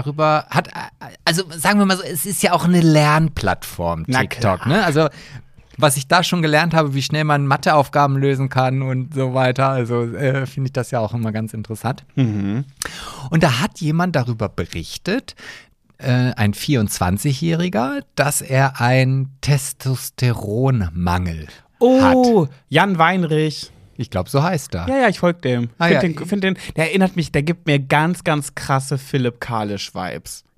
also sagen wir mal so, es ist ja auch eine Lernplattform, TikTok, ne? Also was ich da schon gelernt habe, wie schnell man Matheaufgaben lösen kann und so weiter, also finde ich das ja auch immer ganz interessant. Und da hat jemand darüber berichtet, ein 24-Jähriger, dass er einen Testosteronmangel hat. Oh, Jan Weinrich. Ich glaube, so heißt er. Ja, ich folge dem. Der erinnert mich, der gibt mir ganz, ganz krasse Philipp Kalisch-Vibes.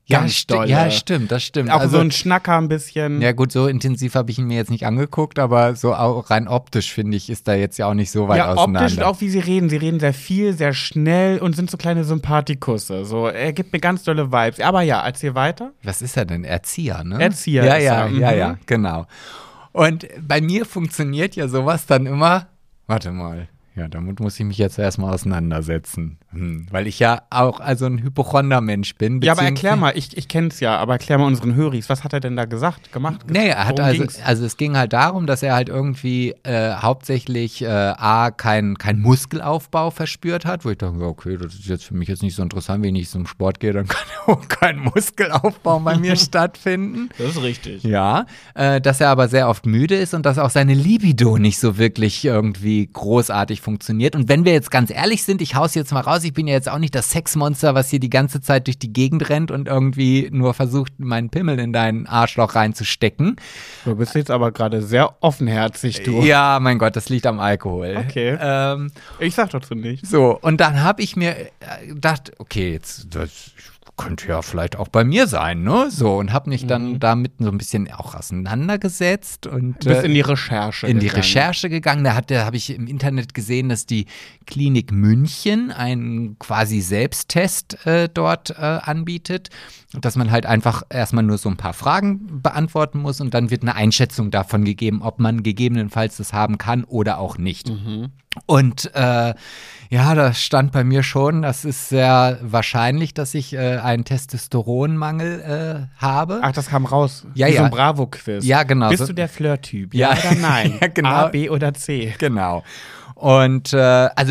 Ganz doll. Ja, stimmt, das stimmt. Auch so ein Schnacker ein bisschen. Ja gut, so intensiv habe ich ihn mir jetzt nicht angeguckt, aber so auch rein optisch, finde ich, ist da jetzt ja auch nicht so weit auseinander. Ja, optisch und auch wie sie reden. Sie reden sehr viel, sehr schnell und sind so kleine Sympathikusse. So, er gibt mir ganz dolle Vibes. Aber ja, erzähl weiter. Was ist er denn? Erzieher, ne? Erzieher ja, ist er. Ja, genau. Und bei mir funktioniert ja sowas dann immer, warte mal. Ja, damit muss ich mich jetzt erstmal auseinandersetzen. Weil ich ja auch also ein Hypochonder-Mensch bin. Ja, aber erklär mal, ich kenne es ja, aber erklär mal unseren Höris, was hat er denn da gemacht? Nee, er hat also es ging halt darum, dass er halt irgendwie hauptsächlich kein Muskelaufbau verspürt hat, wo ich dachte, okay, das ist jetzt für mich jetzt nicht so interessant, wenn ich zum Sport gehe, dann kann auch kein Muskelaufbau bei mir stattfinden. Das ist richtig. Ja, dass er aber sehr oft müde ist und dass auch seine Libido nicht so wirklich irgendwie großartig funktioniert. Und wenn wir jetzt ganz ehrlich sind, ich hau's jetzt mal raus, ich bin ja jetzt auch nicht das Sexmonster, was hier die ganze Zeit durch die Gegend rennt und irgendwie nur versucht, meinen Pimmel in deinen Arschloch reinzustecken. Du bist jetzt aber gerade sehr offenherzig, du. Ja, mein Gott, das liegt am Alkohol. Okay. Ich sag dazu nicht. So, und dann habe ich mir gedacht, okay, jetzt das könnte ja vielleicht auch bei mir sein, ne? So, und habe mich dann damit so ein bisschen auch auseinandergesetzt und bist in die Recherche gegangen. Da habe ich im Internet gesehen, dass die Klinik München einen quasi Selbsttest dort anbietet, dass man halt einfach erstmal nur so ein paar Fragen beantworten muss und dann wird eine Einschätzung davon gegeben, ob man gegebenenfalls das haben kann oder auch nicht. Und ja, das stand bei mir schon, das ist sehr wahrscheinlich, dass ich einen Testosteronmangel habe. Ach, das kam raus. Ja, wie so ein Bravo-Quiz. Ja, genau. Bist du der Flirt-Typ? Ja oder nein? Ja, genau. A, B oder C? Genau. Und also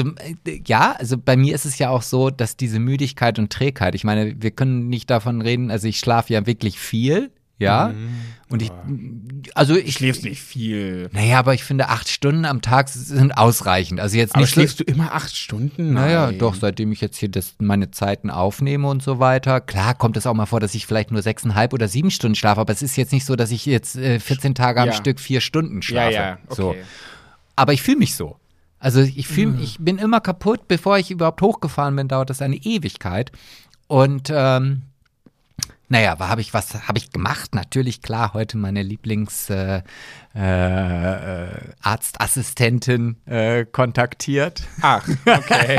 bei mir ist es ja auch so, dass diese Müdigkeit und Trägheit, ich meine, wir können nicht davon reden, also ich schlafe ja wirklich viel, ja. Und ich schläfst nicht viel. Naja, aber ich finde 8 Stunden am Tag sind ausreichend. Also jetzt aber nicht. Schläfst du immer 8 Stunden? Naja, doch, seitdem ich jetzt hier meine Zeiten aufnehme und so weiter. Klar kommt es auch mal vor, dass ich vielleicht nur 6,5 oder 7 Stunden schlafe, aber es ist jetzt nicht so, dass ich jetzt 14 Tage am Stück 4 Stunden schlafe. Ja, okay. So. Aber ich fühle mich so. Also ich bin immer kaputt, bevor ich überhaupt hochgefahren bin, dauert das eine Ewigkeit. Und naja, was habe ich gemacht? Natürlich, klar, heute meine Arztassistentin kontaktiert. Ach, okay.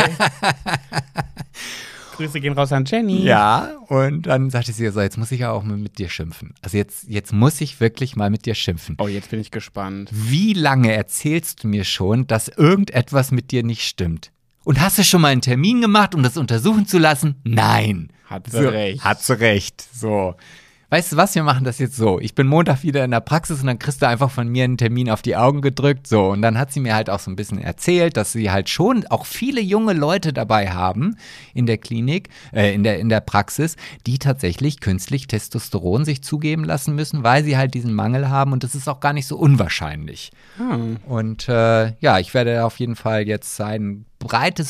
Grüße gehen raus an Jenny. Ja, und dann sagte sie so, jetzt muss ich ja auch mal mit dir schimpfen. Also jetzt muss ich wirklich mal mit dir schimpfen. Oh, jetzt bin ich gespannt. Wie lange erzählst du mir schon, dass irgendetwas mit dir nicht stimmt? Und hast du schon mal einen Termin gemacht, um das untersuchen zu lassen? Nein. Hat sie recht. Hat sie recht. So. Weißt du was, wir machen das jetzt so. Ich bin Montag wieder in der Praxis und dann kriegst du einfach von mir einen Termin auf die Augen gedrückt. So, und dann hat sie mir halt auch so ein bisschen erzählt, dass sie halt schon auch viele junge Leute dabei haben in der Klinik, in der Praxis, die tatsächlich künstlich Testosteron sich zugeben lassen müssen, weil sie halt diesen Mangel haben und das ist auch gar nicht so unwahrscheinlich. Und ja, ich werde auf jeden Fall jetzt ein breites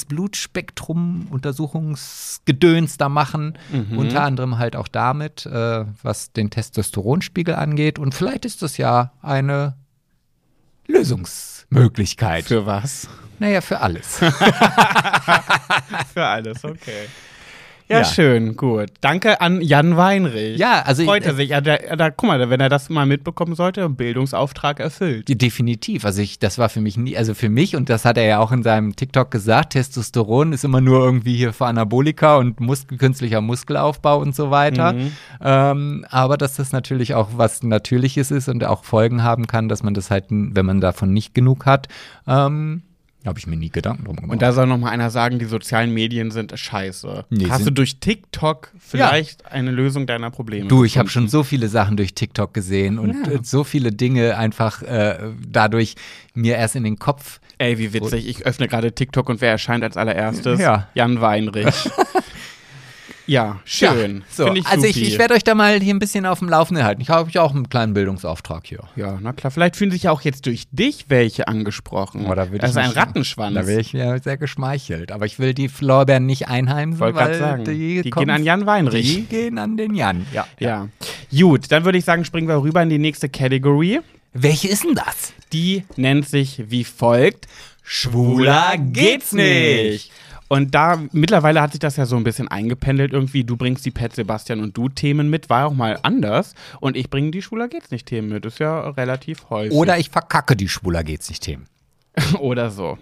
Blutspektrum-Untersuchungsgedöns da machen, unter anderem halt auch damit, was den Testosteronspiegel angeht. Und vielleicht ist das ja eine Lösungsmöglichkeit. Für was? Naja, für alles. Für alles, okay. Ja, schön, gut. Danke an Jan Weinrich. Ja, also freut er sich. Guck mal, wenn er das mal mitbekommen sollte, Bildungsauftrag erfüllt. Definitiv. Also das war für mich nie, also für mich, und das hat er ja auch in seinem TikTok gesagt, Testosteron ist immer nur irgendwie hier für Anabolika und künstlicher Muskelaufbau und so weiter. Aber dass das natürlich auch was Natürliches ist und auch Folgen haben kann, dass man das halt, wenn man davon nicht genug hat, habe ich mir nie Gedanken drum gemacht. Und da soll noch mal einer sagen, die sozialen Medien sind scheiße. Nee, hast du durch TikTok vielleicht eine Lösung deiner Probleme? Du, ich habe schon so viele Sachen durch TikTok gesehen und so viele Dinge einfach dadurch mir erst in den Kopf. Ey, wie witzig. Ich öffne gerade TikTok und wer erscheint als allererstes? Ja. Jan Weinrich. Ja, schön. Ja, so. Also ich werde euch da mal hier ein bisschen auf dem Laufenden halten. Ich habe ja auch einen kleinen Bildungsauftrag hier. Ja, na klar. Vielleicht fühlen sich ja auch jetzt durch dich welche angesprochen. Das ist ein Rattenschwanz. Da wäre ich ja sehr geschmeichelt. Aber ich will die Lorbeeren nicht einheimsen, weil sagen, die gehen an Jan Weinrich. Die gehen an den Jan. Ja. Gut, dann würde ich sagen, springen wir rüber in die nächste Category. Welche ist denn das? Die nennt sich wie folgt: Schwuler geht's nicht. Und da, mittlerweile hat sich das ja so ein bisschen eingependelt irgendwie. Du bringst die Pet Sebastian und du Themen mit, war auch mal anders. Und ich bringe die Schwuler geht's nicht Themen mit. Ist ja relativ häufig. Oder ich verkacke die Schwuler geht's nicht Themen. Oder so.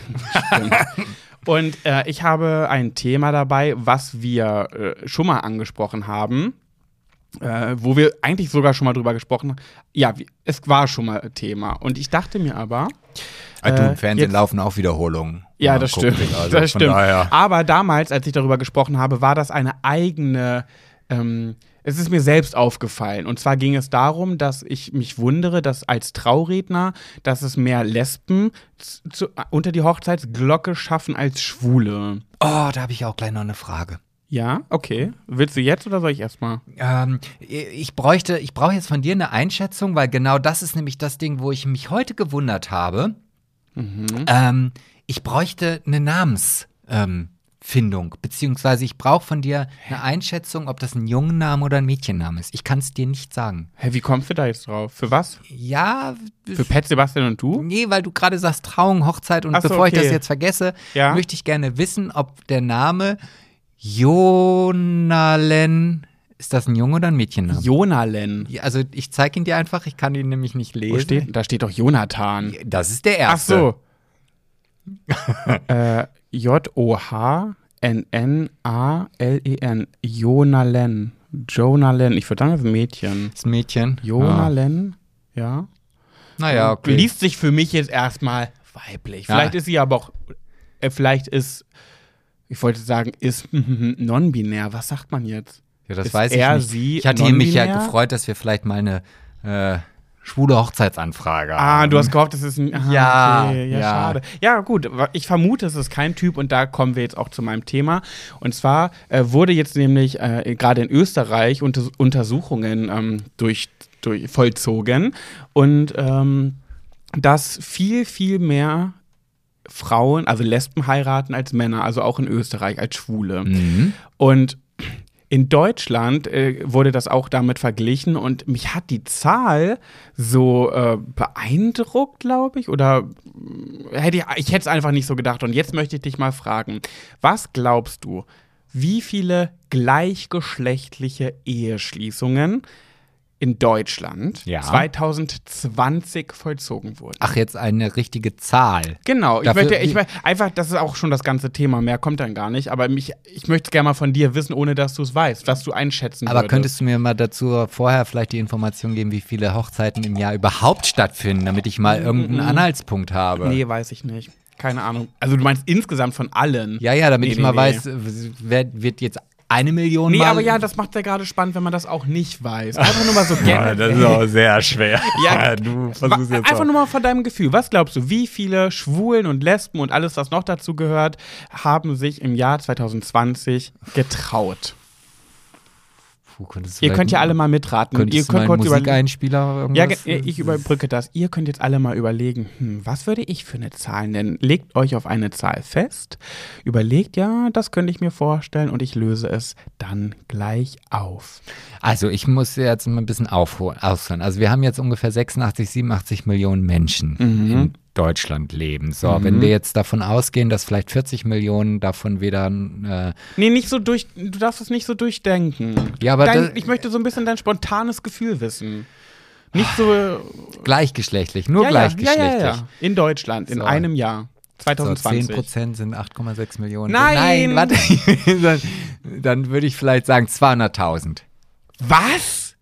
Und ich habe ein Thema dabei, was wir schon mal angesprochen haben. Wo wir eigentlich sogar schon mal drüber gesprochen haben. Ja, es war schon mal Thema. Und ich dachte mir aber. Im Fernsehen laufen auch Wiederholungen. Ja, das stimmt. Also das stimmt. Daher. Aber damals, als ich darüber gesprochen habe, war das eine eigene. Es ist mir selbst aufgefallen. Und zwar ging es darum, dass ich mich wundere, dass als Trauredner, dass es mehr Lesben unter die Hochzeitsglocke schaffen als Schwule. Oh, da habe ich auch gleich noch eine Frage. Ja, okay. Willst du jetzt oder soll ich erstmal? Ich brauche jetzt von dir eine Einschätzung, weil genau das ist nämlich das Ding, wo ich mich heute gewundert habe. Ich bräuchte eine Namensfindung, beziehungsweise ich brauche von dir eine Einschätzung, ob das ein Jungenname oder ein Mädchenname ist. Ich kann es dir nicht sagen. Hä, wie kommst du da jetzt drauf? Für was? Ja. Für Pet Sebastian und du? Nee, weil du gerade sagst Trauung, Hochzeit und bevor ich das jetzt vergesse, möchte ich gerne wissen, ob der Name Jonalen, ist das ein Junge oder ein Mädchenname? Jonalen. Ja, also ich zeige ihn dir einfach, ich kann ihn nämlich nicht lesen. Wo steht? Da steht doch Jonathan. Das ist der erste. Ach so. Jonalen. Jonalen. Jonalen. Ich würde sagen, das ist ein Mädchen. Das ist ein Mädchen. Jonalen. Ja. Naja, okay. Liest sich für mich jetzt erstmal weiblich. Vielleicht ist sie aber auch, vielleicht ist, ich wollte sagen, ist non-binär. Was sagt man jetzt? Ja, das ist weiß ich nicht. Ich hatte mich ja gefreut, dass wir vielleicht mal eine schwule Hochzeitsanfrage haben. Du hast gehofft, das ist ein. Ja, okay. Ja, schade. Ja, gut. Ich vermute, es ist kein Typ und da kommen wir jetzt auch zu meinem Thema. Und zwar wurde jetzt nämlich gerade in Österreich Untersuchungen vollzogen und dass viel, viel mehr Frauen, also Lesben heiraten als Männer, also auch in Österreich als Schwule. Und in Deutschland wurde das auch damit verglichen und mich hat die Zahl so beeindruckt, glaube ich, oder ich hätte es einfach nicht so gedacht. Und jetzt möchte ich dich mal fragen, was glaubst du, wie viele gleichgeschlechtliche Eheschließungen in Deutschland 2020 vollzogen wurden? Ach, jetzt eine richtige Zahl. Genau, ich möchte einfach, das ist auch schon das ganze Thema, mehr kommt dann gar nicht, aber ich möchte es gerne mal von dir wissen, ohne dass du es weißt, was du einschätzen würdest. Aber könntest du mir mal dazu vorher vielleicht die Information geben, wie viele Hochzeiten im Jahr überhaupt stattfinden, damit ich mal irgendeinen Anhaltspunkt habe? Nee, weiß ich nicht. Keine Ahnung. Also du meinst insgesamt von allen? Ja, damit ich mal weiß, wird jetzt 1 Million Nee, Mal. aber ja, das macht ja gerade spannend, wenn man das auch nicht weiß. Einfach nur mal so gerne. Das ist auch sehr schwer. Ja, du versuchst jetzt einfach nur mal von deinem Gefühl. Was glaubst du, wie viele Schwulen und Lesben und alles, was noch dazu gehört, haben sich im Jahr 2020 getraut? Ihr könnt ja alle mal mitraten. Ihr könnt kurz Musikeinspieler irgendwas? Ja, ich überbrücke das. Ihr könnt jetzt alle mal überlegen, was würde ich für eine Zahl nennen? Legt euch auf eine Zahl fest, überlegt, ja, das könnte ich mir vorstellen und ich löse es dann gleich auf. Also ich muss jetzt mal ein bisschen ausholen. Also wir haben jetzt ungefähr 86, 87 Millionen Menschen in Deutschland leben. So, wenn wir jetzt davon ausgehen, dass vielleicht 40 Millionen davon wieder Nee, nicht so du darfst es nicht so durchdenken. Ja, aber ich möchte so ein bisschen dein spontanes Gefühl wissen. Nicht so gleichgeschlechtlich, nur gleichgeschlechtlich. Ja. In Deutschland, in einem Jahr. 2020. So, 10% sind 8,6 Millionen. Nein, warte. Dann würde ich vielleicht sagen 200.000. Was?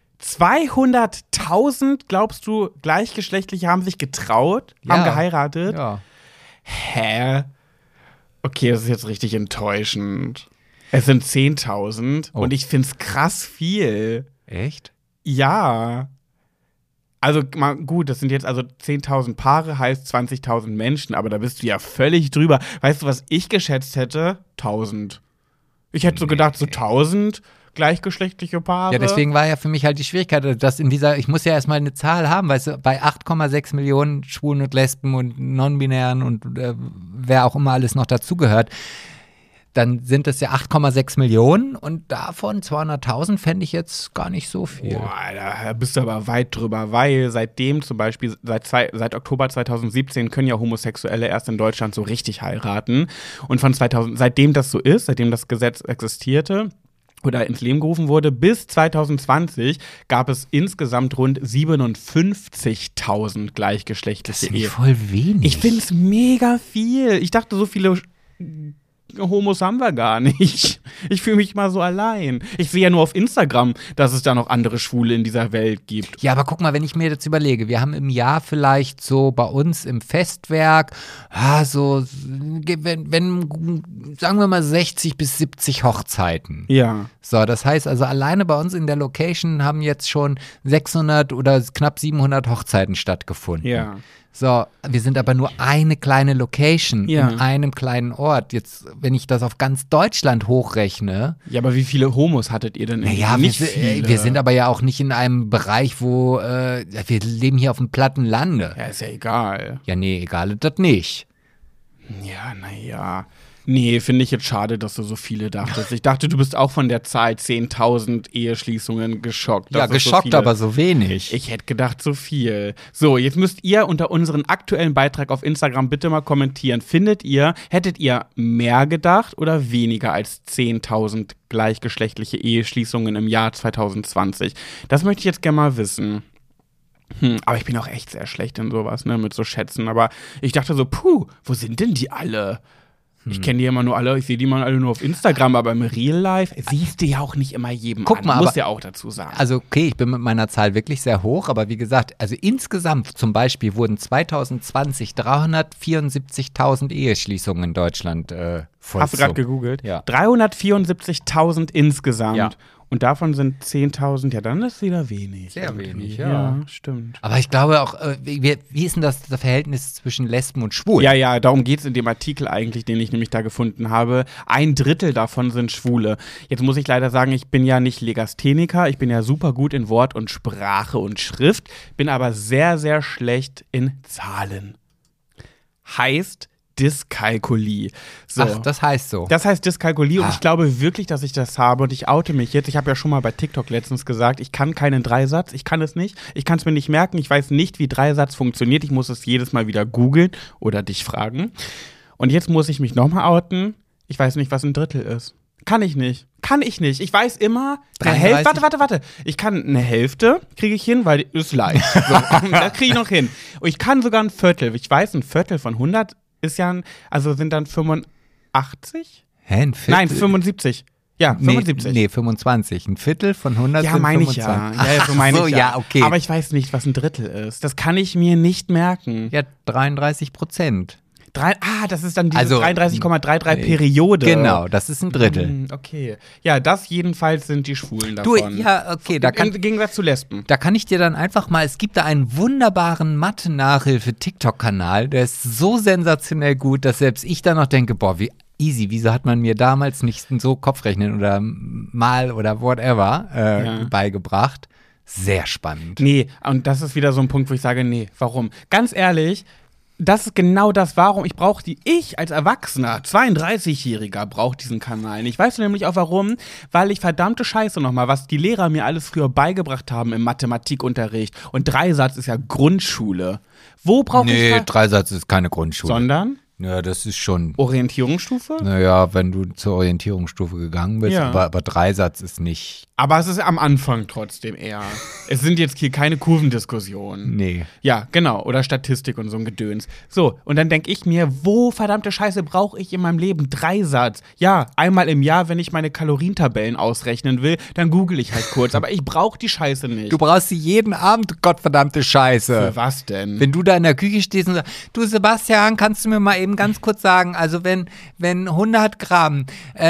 200.000, glaubst du, Gleichgeschlechtliche haben sich getraut, haben geheiratet? Ja. Hä? Okay, das ist jetzt richtig enttäuschend. Es sind 10.000 und ich find's krass viel. Echt? Ja. Also mal gut, das sind jetzt also 10.000 Paare, heißt 20.000 Menschen, aber da bist du ja völlig drüber. Weißt du, was ich geschätzt hätte? 1.000. Ich hätte so gedacht, so 1.000 gleichgeschlechtliche Paare. Ja, deswegen war ja für mich halt die Schwierigkeit, dass ich muss ja erstmal eine Zahl haben, weißt du, bei 8,6 Millionen Schwulen und Lesben und Non-Binären und wer auch immer alles noch dazugehört, dann sind das ja 8,6 Millionen und davon 200.000 fände ich jetzt gar nicht so viel. Boah, da bist du aber weit drüber, weil seitdem zum Beispiel, seit Oktober 2017 können ja Homosexuelle erst in Deutschland so richtig heiraten. Und seitdem das so ist, seitdem das Gesetz existierte oder ins Leben gerufen wurde, bis 2020 gab es insgesamt rund 57.000 gleichgeschlechtliche Ehen. Das ist voll wenig. Ich finde es mega viel. Ich dachte, so viele Homos haben wir gar nicht. Ich fühle mich mal so allein. Ich sehe ja nur auf Instagram, dass es da noch andere Schwule in dieser Welt gibt. Ja, aber guck mal, wenn ich mir jetzt überlege, wir haben im Jahr vielleicht so bei uns im Festwerk, wenn sagen wir mal 60 bis 70 Hochzeiten. Ja. So, das heißt also alleine bei uns in der Location haben jetzt schon 600 oder knapp 700 Hochzeiten stattgefunden. Ja. So, wir sind aber nur eine kleine Location Ja. in einem kleinen Ort. Jetzt, wenn ich das auf ganz Deutschland hochrechne. Ja, aber wie viele Homos hattet ihr denn? Naja, nicht viele. wir sind aber ja auch nicht in einem Bereich, wo wir leben hier auf dem platten Lande. Ja, ist ja egal. Ja, nee, egal, das nicht. Ja, naja. Nee, finde ich jetzt schade, dass du so viele dachtest. Ich dachte, du bist auch von der Zahl 10.000 Eheschließungen geschockt. Ja, dass es geschockt, so aber so wenig. Ich hätte gedacht, so viel. So, jetzt müsst ihr unter unseren aktuellen Beitrag auf Instagram bitte mal kommentieren. Hättet ihr mehr gedacht oder weniger als 10.000 gleichgeschlechtliche Eheschließungen im Jahr 2020? Das möchte ich jetzt gerne mal wissen. Aber ich bin auch echt sehr schlecht in sowas, ne, mit so Schätzen. Aber ich dachte so, wo sind denn die alle? Ich kenne die immer nur alle, ich sehe die mal alle nur auf Instagram, aber im Real Life siehst du ja auch nicht immer jedem Guck an. mal, Muss aber- ja auch dazu sagen. Also okay, ich bin mit meiner Zahl wirklich sehr hoch, aber wie gesagt, also insgesamt zum Beispiel wurden 2020 374.000 Eheschließungen in Deutschland vollzogen. Hast du gerade gegoogelt? Ja. 374.000 insgesamt. Ja. Und davon sind 10.000, ja, dann ist es wieder wenig. Sehr irgendwie. wenig, Ja, ja. stimmt. Aber ich glaube auch, wie ist denn das Verhältnis zwischen Lesben und Schwulen? Ja, darum geht es in dem Artikel eigentlich, den ich nämlich da gefunden habe. 1/3 davon sind Schwule. Jetzt muss ich leider sagen, ich bin ja nicht Legastheniker, ich bin ja super gut in Wort und Sprache und Schrift, bin aber sehr, sehr schlecht in Zahlen. Heißt Dyskalkulie. So. Ach, das heißt so. Das heißt Dyskalkulie und ich glaube wirklich, dass ich das habe und ich oute mich jetzt. Ich habe ja schon mal bei TikTok letztens gesagt, ich kann keinen Dreisatz, ich kann es nicht. Ich kann es mir nicht merken, ich weiß nicht, wie Dreisatz funktioniert. Ich muss es jedes Mal wieder googeln oder dich fragen. Und jetzt muss ich mich nochmal outen. Ich weiß nicht, was ein Drittel ist. Kann ich nicht. Ich weiß immer, eine 33? Hälfte, warte. Ich kann eine Hälfte, kriege ich hin, weil ist leicht. So, das kriege ich noch hin. Und ich kann sogar ein Viertel. Ich weiß, ein Viertel von 100 ist ja, sind dann 85? Hä, ein Viertel? Nein, 75. Ja, 75. Nee, 25. Ein Viertel von 100 Ja, sind meine ich 25. ja. Ja, so meine Ach so, ich ja, okay. Aber ich weiß nicht, was ein Drittel ist. Das kann ich mir nicht merken. Ja, 33%. Das ist dann diese Also, 33,33 Periode. Genau, das ist ein Drittel. Okay. Ja, das jedenfalls sind die Schwulen Du, davon. ja, okay, Im Gegensatz zu Lesben. Da kann ich dir dann einfach mal, es gibt da einen wunderbaren Mathe-Nachhilfe-TikTok-Kanal, der ist so sensationell gut, dass selbst ich da noch denke, boah, wie easy, wieso hat man mir damals nicht so Kopfrechnen oder mal oder whatever beigebracht? Sehr spannend. Nee, und das ist wieder so ein Punkt, wo ich sage, nee, warum? Ganz ehrlich, das ist genau das, warum ich als Erwachsener, 32-Jähriger, brauche diesen Kanal nicht. Weißt du nämlich auch warum? Weil ich verdammte Scheiße nochmal, was die Lehrer mir alles früher beigebracht haben im Mathematikunterricht. Und Dreisatz ist ja Grundschule. Wo brauche ich Nee, Dreisatz ist keine Grundschule. Sondern Ja, das ist schon. Orientierungsstufe? Naja, wenn du zur Orientierungsstufe gegangen bist, Ja. aber Dreisatz ist nicht. Aber es ist am Anfang trotzdem eher. Es sind jetzt hier keine Kurvendiskussionen. Nee. Ja, genau. Oder Statistik und so ein Gedöns. So, und dann denke ich mir, wo verdammte Scheiße brauche ich in meinem Leben Dreisatz? Ja, einmal im Jahr, wenn ich meine Kalorientabellen ausrechnen will, dann google ich halt kurz. Aber ich brauche die Scheiße nicht. Du brauchst sie jeden Abend, gottverdammte Scheiße. Für was denn? Wenn du da in der Küche stehst und sagst, du Sebastian, kannst du mir mal eben ganz kurz sagen, also wenn 100 Gramm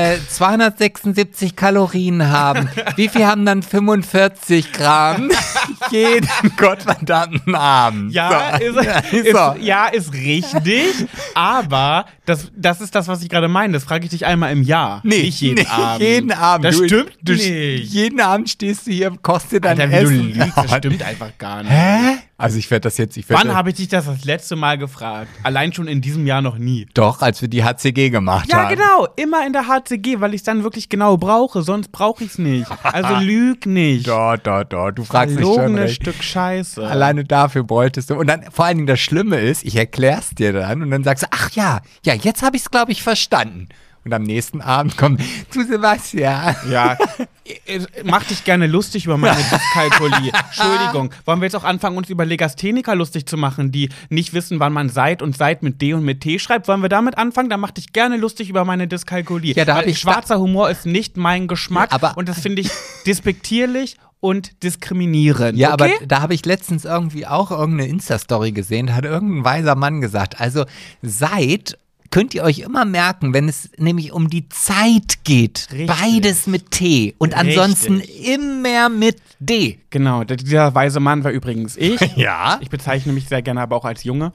276 Kalorien haben, wie viel haben dann 45 Gramm jeden gottverdammten Abend? Ja, So. ist richtig, aber das ist das, was ich gerade meine. Das frage ich dich einmal im Jahr. Nicht jeden Abend. Jeden Abend. Das stimmt du nicht. Jeden Abend stehst du hier, kochst dir dein Alter, wie du Essen. lügst, das stimmt einfach gar nicht. Hä? Also ich werde das jetzt... Wann habe ich dich das letzte Mal gefragt? Allein schon in diesem Jahr noch nie. Doch, als wir die HCG gemacht haben. Ja, genau. Immer in der HCG, weil ich es dann wirklich genau brauche. Sonst brauche ich es nicht. Also lüg nicht. Doch. Du fragst mich schon Verlogenes recht. Stück Scheiße. Alleine dafür bräuchtest du. Und dann vor allen Dingen das Schlimme ist, ich erklär's dir dann und dann sagst du, ach ja, jetzt habe ich es, glaube ich, verstanden. Und am nächsten Abend kommt, du Sebastian. Ja, mach dich gerne lustig über meine Dyskalkulie. Entschuldigung, wollen wir jetzt auch anfangen, uns über Legastheniker lustig zu machen, die nicht wissen, wann man Seid und Seid mit D und mit T schreibt? Wollen wir damit anfangen? Dann mach dich gerne lustig über meine Dyskalkulie. Ja, Weil schwarzer Humor ist nicht mein Geschmack, aber und das finde ich despektierlich und diskriminierend. Ja, okay? aber da habe ich letztens irgendwie auch irgendeine Insta-Story gesehen, da hat irgendein weiser Mann gesagt, also Seid könnt ihr euch immer merken, wenn es nämlich um die Zeit geht. Richtig. Beides mit T und ansonsten immer mit D. Genau, dieser weise Mann war übrigens ich. Ja. Ich bezeichne mich sehr gerne aber auch als Junge.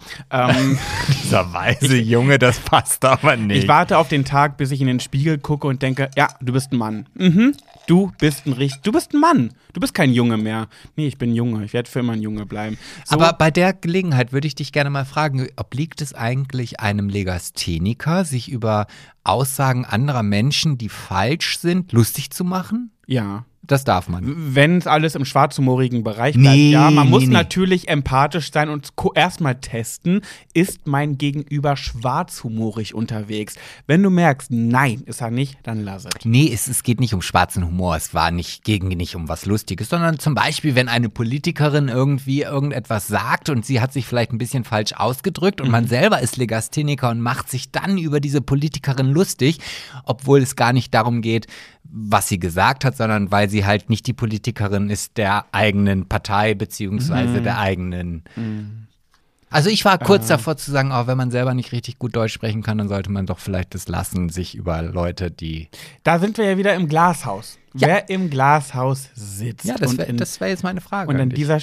Dieser weise Junge, das passt aber nicht. Ich warte auf den Tag, bis ich in den Spiegel gucke und denke, ja, du bist ein Mann. Mhm. Du bist ein Mann. Du bist kein Junge mehr. Nee, ich bin Junge. Ich werde für immer ein Junge bleiben. So. Aber bei der Gelegenheit würde ich dich gerne mal fragen, obliegt es eigentlich einem Legastheniker, sich über Aussagen anderer Menschen, die falsch sind, lustig zu machen? Ja. Das darf man. Wenn es alles im schwarzhumorigen Bereich bleibt, ja. Man muss natürlich empathisch sein und erstmal testen, ist mein Gegenüber schwarzhumorig unterwegs. Wenn du merkst, nein, ist er nicht, dann lass es. Nee, es geht nicht um schwarzen Humor, es war ging nicht um was Lustiges, sondern zum Beispiel, wenn eine Politikerin irgendwie irgendetwas sagt und sie hat sich vielleicht ein bisschen falsch ausgedrückt und man selber ist Legastheniker und macht sich dann über diese Politikerin lustig, obwohl es gar nicht darum geht, was sie gesagt hat, sondern weil sie halt nicht die Politikerin ist der eigenen Partei beziehungsweise der eigenen. Also ich war kurz davor zu sagen, wenn man selber nicht richtig gut Deutsch sprechen kann, dann sollte man doch vielleicht das lassen, sich über Leute, die... Da sind wir ja wieder im Glashaus. Ja. Wer im Glashaus sitzt. Ja, das wäre jetzt meine Frage. Und an dieser...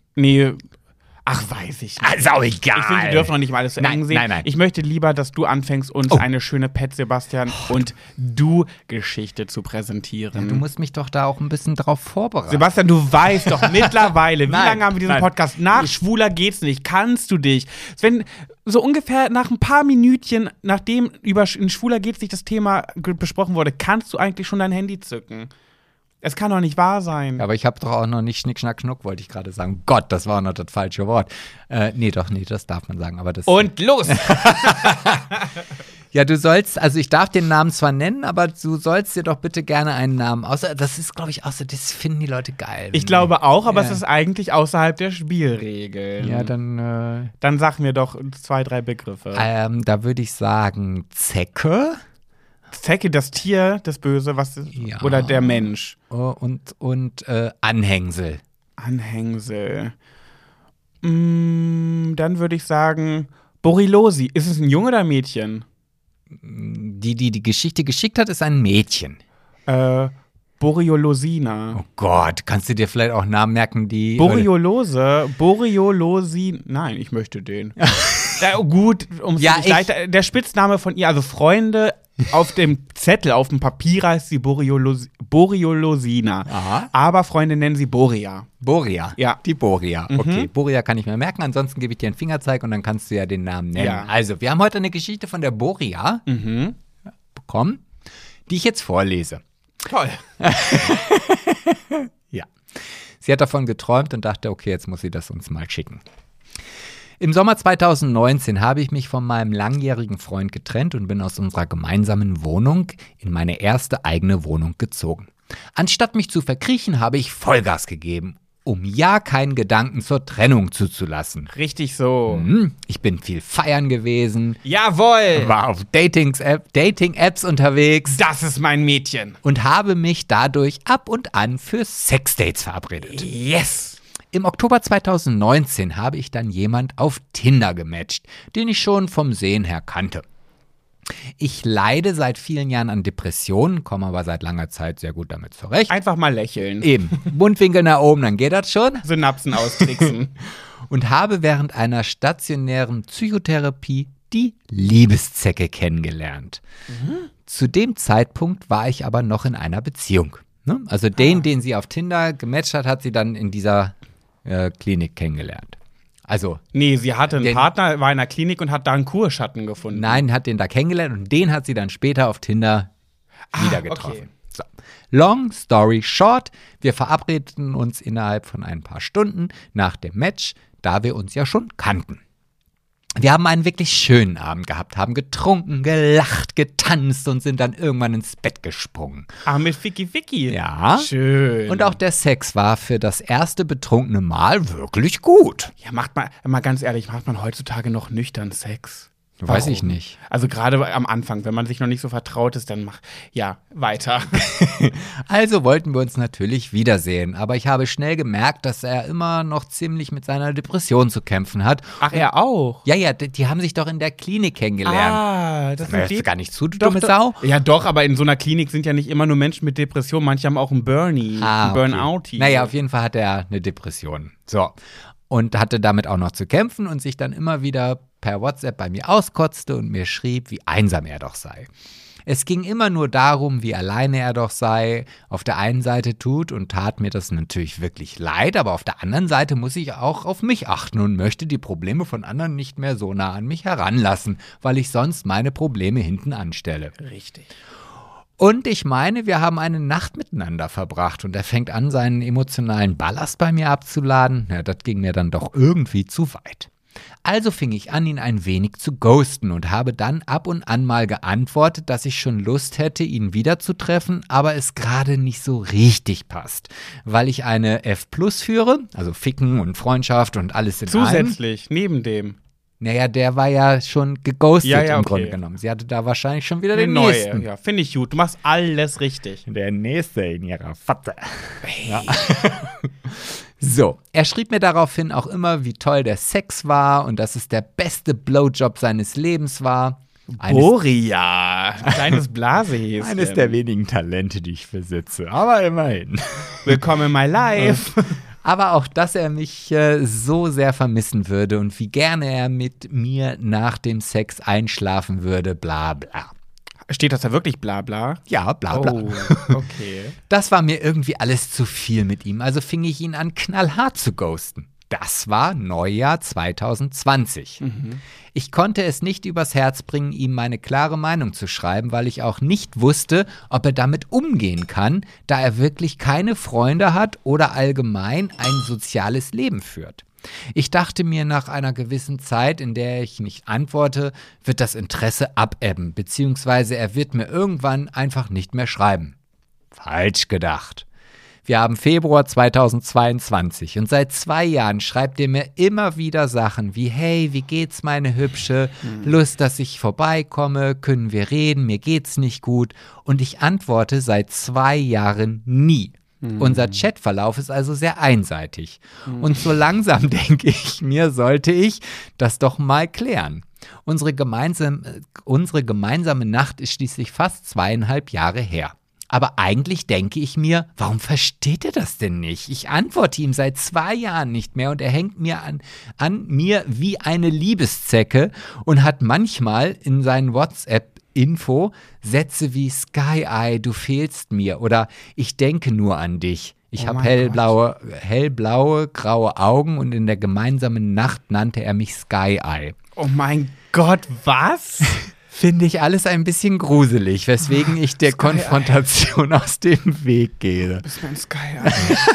Ach, weiß ich nicht. Also egal. Ich finde, wir dürfen noch nicht mal alles zu eng sehen. Nein. Ich möchte lieber, dass du anfängst, uns eine schöne Pet Sebastian und Du-Geschichte zu präsentieren. Ja, du musst mich doch da auch ein bisschen drauf vorbereiten. Sebastian, du weißt doch mittlerweile, wie Nein, lange haben wir diesen Podcast? Nach Schwuler geht's nicht. Kannst du dich? Wenn so ungefähr nach ein paar Minütchen, nachdem über in Schwuler geht's nicht das Thema besprochen wurde, kannst du eigentlich schon dein Handy zücken. Es kann doch nicht wahr sein. Aber ich habe doch auch noch nicht Schnick, Schnack, Schnuck, wollte ich gerade sagen. Gott, das war auch noch das falsche Wort. Nee, das darf man sagen. Aber das Und los! Ja, du sollst, also ich darf den Namen zwar nennen, aber du sollst dir doch bitte gerne einen Namen das ist, glaube ich, das finden die Leute geil. Ich glaube auch, aber es ist eigentlich außerhalb der Spielregeln. Ja, dann sag mir doch 2, 3 Begriffe. Da würde ich sagen Zecke. Zecke, das Tier, das Böse, oder der Mensch. Und Anhängsel. Anhängsel. Dann würde ich sagen Borreliosi. Ist es ein Junge oder ein Mädchen? Die Geschichte geschickt hat, ist ein Mädchen. Borreliosina. Oh Gott, kannst du dir vielleicht auch Namen merken, die... Borreliosi. Nein, ich möchte den. Gut, leichter. Der Spitzname von ihr, also Freunde, auf dem Zettel, auf dem Papier heißt sie Borreliosina. Aha. Aber Freunde nennen sie Boria. Boria? Ja. Die Boria. Okay, Boria kann ich mir merken, ansonsten gebe ich dir einen Fingerzeig und dann kannst du ja den Namen nennen. Ja. Also, wir haben heute eine Geschichte von der Boria bekommen, die ich jetzt vorlese. Toll. Ja. Sie hat davon geträumt und dachte, okay, jetzt muss sie das uns mal schicken. Im Sommer 2019 habe ich mich von meinem langjährigen Freund getrennt und bin aus unserer gemeinsamen Wohnung in meine erste eigene Wohnung gezogen. Anstatt mich zu verkriechen, habe ich Vollgas gegeben, um ja keinen Gedanken zur Trennung zuzulassen. Richtig so. Ich bin viel feiern gewesen. Jawohl. War auf Dating-Apps unterwegs. Das ist mein Mädchen. Und habe mich dadurch ab und an für Sexdates verabredet. Yes. Im Oktober 2019 habe ich dann jemand auf Tinder gematcht, den ich schon vom Sehen her kannte. Ich leide seit vielen Jahren an Depressionen, komme aber seit langer Zeit sehr gut damit zurecht. Einfach mal lächeln. Eben, Mundwinkel nach oben, dann geht das schon. Synapsen austricksen. Und habe während einer stationären Psychotherapie die Liebeszecke kennengelernt. Zu dem Zeitpunkt war ich aber noch in einer Beziehung. Also den sie auf Tinder gematcht hat, hat sie dann in dieser Klinik kennengelernt. Also nee, sie hatte einen Partner, war in der Klinik und hat da einen Kurschatten gefunden. Nein, hat den da kennengelernt und den hat sie dann später auf Tinder wieder getroffen. Okay. So. Long story short, wir verabredeten uns innerhalb von ein paar Stunden nach dem Match, da wir uns ja schon kannten. Wir haben einen wirklich schönen Abend gehabt, haben getrunken, gelacht, getanzt und sind dann irgendwann ins Bett gesprungen. Mit Ficky. Ja. Schön. Und auch der Sex war für das erste betrunkene Mal wirklich gut. Ja, macht mal ganz ehrlich, macht man heutzutage noch nüchtern Sex? Weiß ich nicht. Also gerade am Anfang, wenn man sich noch nicht so vertraut ist, dann weiter. Also wollten wir uns natürlich wiedersehen, aber ich habe schnell gemerkt, dass er immer noch ziemlich mit seiner Depression zu kämpfen hat. Ach, er auch? Ja, die haben sich doch in der Klinik kennengelernt. Das ist gar nicht zu, du dumme Sau. Ja doch, aber in so einer Klinik sind ja nicht immer nur Menschen mit Depression, manche haben auch einen Burnout. Okay. Naja, auf jeden Fall hat er eine Depression. So. Und hatte damit auch noch zu kämpfen und sich dann immer wieder per WhatsApp bei mir auskotzte und mir schrieb, wie einsam er doch sei. Es ging immer nur darum, wie alleine er doch sei. Auf der einen Seite tat mir das natürlich wirklich leid, aber auf der anderen Seite muss ich auch auf mich achten und möchte die Probleme von anderen nicht mehr so nah an mich heranlassen, weil ich sonst meine Probleme hinten anstelle. Richtig. Und ich meine, wir haben eine Nacht miteinander verbracht und er fängt an, seinen emotionalen Ballast bei mir abzuladen. Ja, das ging mir dann doch irgendwie zu weit. Also fing ich an, ihn ein wenig zu ghosten und habe dann ab und an mal geantwortet, dass ich schon Lust hätte, ihn wiederzutreffen, aber es gerade nicht so richtig passt, weil ich eine F+ führe, also Ficken und Freundschaft und alles in allem. Zusätzlich, neben dem. Naja, der war ja schon geghostet im okay. Grunde genommen. Sie hatte da wahrscheinlich schon wieder den neue. nächsten. Ja, finde ich gut. Du machst alles richtig. Der nächste in ihrer Vater. Ja. So, er schrieb mir daraufhin auch immer, wie toll der Sex war und dass es der beste Blowjob seines Lebens war. Boria, kleines Blasehäschen. Eines der wenigen Talente, die ich besitze, aber immerhin. Willkommen in my life. Aber auch, dass er mich so sehr vermissen würde und wie gerne er mit mir nach dem Sex einschlafen würde, bla bla. Steht das da wirklich bla bla? Ja, bla bla. Oh, okay. Das war mir irgendwie alles zu viel mit ihm, also fing ich ihn an, knallhart zu ghosten. Das war Neujahr 2020. Ich konnte es nicht übers Herz bringen, ihm meine klare Meinung zu schreiben, weil ich auch nicht wusste, ob er damit umgehen kann, da er wirklich keine Freunde hat oder allgemein ein soziales Leben führt. Ich dachte mir, nach einer gewissen Zeit, in der ich nicht antworte, wird das Interesse abebben, beziehungsweise er wird mir irgendwann einfach nicht mehr schreiben. Falsch gedacht. Wir haben Februar 2022 und seit 2 Jahren schreibt er mir immer wieder Sachen wie: Hey, wie geht's, meine Hübsche? Lust, dass ich vorbeikomme? Können wir reden? Mir geht's nicht gut. Und ich antworte seit 2 Jahren nie. Unser Chatverlauf ist also sehr einseitig. Und so langsam denke ich mir, sollte ich das doch mal klären. Unsere gemeinsame Nacht ist schließlich fast 2,5 Jahre her. Aber eigentlich denke ich mir, warum versteht er das denn nicht? Ich antworte ihm seit 2 Jahren nicht mehr und er hängt mir an mir wie eine Liebeszecke und hat manchmal in seinen WhatsApp-Info Sätze wie Sky Eye, du fehlst mir oder ich denke nur an dich. Ich habe hellblaue, graue Augen und in der gemeinsamen Nacht nannte er mich Sky Eye. Oh mein Gott, was? Finde ich alles ein bisschen gruselig, weswegen ich der Konfrontation aus dem Weg gehe. Du bist mein Sky Eye.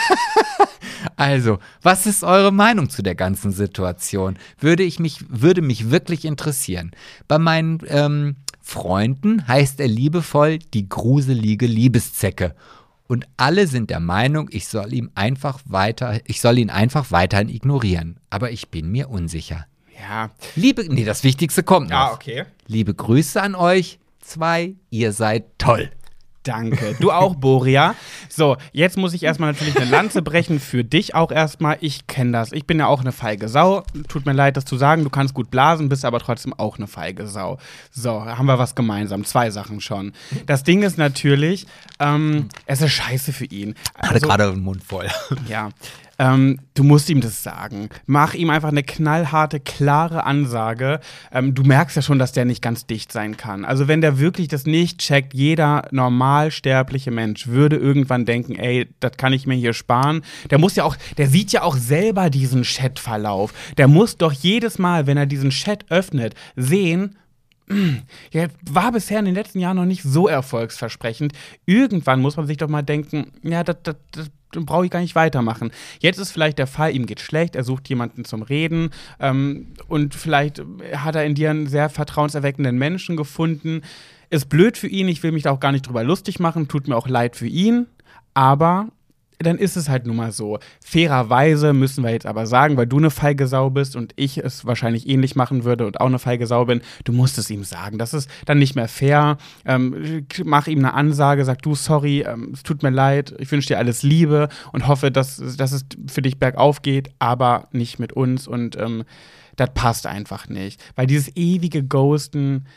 Also, was ist eure Meinung zu der ganzen Situation? Würde mich wirklich interessieren. Bei meinen Freunden heißt er liebevoll die gruselige Liebeszecke. Und alle sind der Meinung, ich soll ihn einfach weiterhin ignorieren. Aber ich bin mir unsicher. Ja. Das Wichtigste kommt noch. Ja, okay. Liebe Grüße an euch 2, ihr seid toll. Danke. Du auch, Boria. So, jetzt muss ich erstmal natürlich eine Lanze brechen für dich auch erstmal. Ich kenne das. Ich bin ja auch eine feige Sau. Tut mir leid, das zu sagen. Du kannst gut blasen, bist aber trotzdem auch eine feige Sau. So, haben wir was gemeinsam. 2 Sachen schon. Das Ding ist natürlich, es ist scheiße für ihn. Hatte gerade den Mund voll. Ja. Du musst ihm das sagen. Mach ihm einfach eine knallharte, klare Ansage. Du merkst ja schon, dass der nicht ganz dicht sein kann. Also wenn der wirklich das nicht checkt, jeder normalsterbliche Mensch würde irgendwann denken, ey, das kann ich mir hier sparen. Der sieht ja auch selber diesen Chatverlauf. Der muss doch jedes Mal, wenn er diesen Chat öffnet, sehen, ja, war bisher in den letzten Jahren noch nicht so erfolgsversprechend. Irgendwann muss man sich doch mal denken, ja, das brauche ich gar nicht weitermachen. Jetzt ist vielleicht der Fall, ihm geht schlecht, er sucht jemanden zum Reden und vielleicht hat er in dir einen sehr vertrauenserweckenden Menschen gefunden. Ist blöd für ihn, ich will mich da auch gar nicht drüber lustig machen, tut mir auch leid für ihn, aber dann ist es halt nun mal so. Fairerweise müssen wir jetzt aber sagen, weil du eine feige Sau bist und ich es wahrscheinlich ähnlich machen würde und auch eine feige Sau bin, du musst es ihm sagen. Das ist dann nicht mehr fair. Mach ihm eine Ansage, sag du, sorry, es tut mir leid, ich wünsche dir alles Liebe und hoffe, dass es für dich bergauf geht, aber nicht mit uns und das passt einfach nicht. Weil dieses ewige Ghosten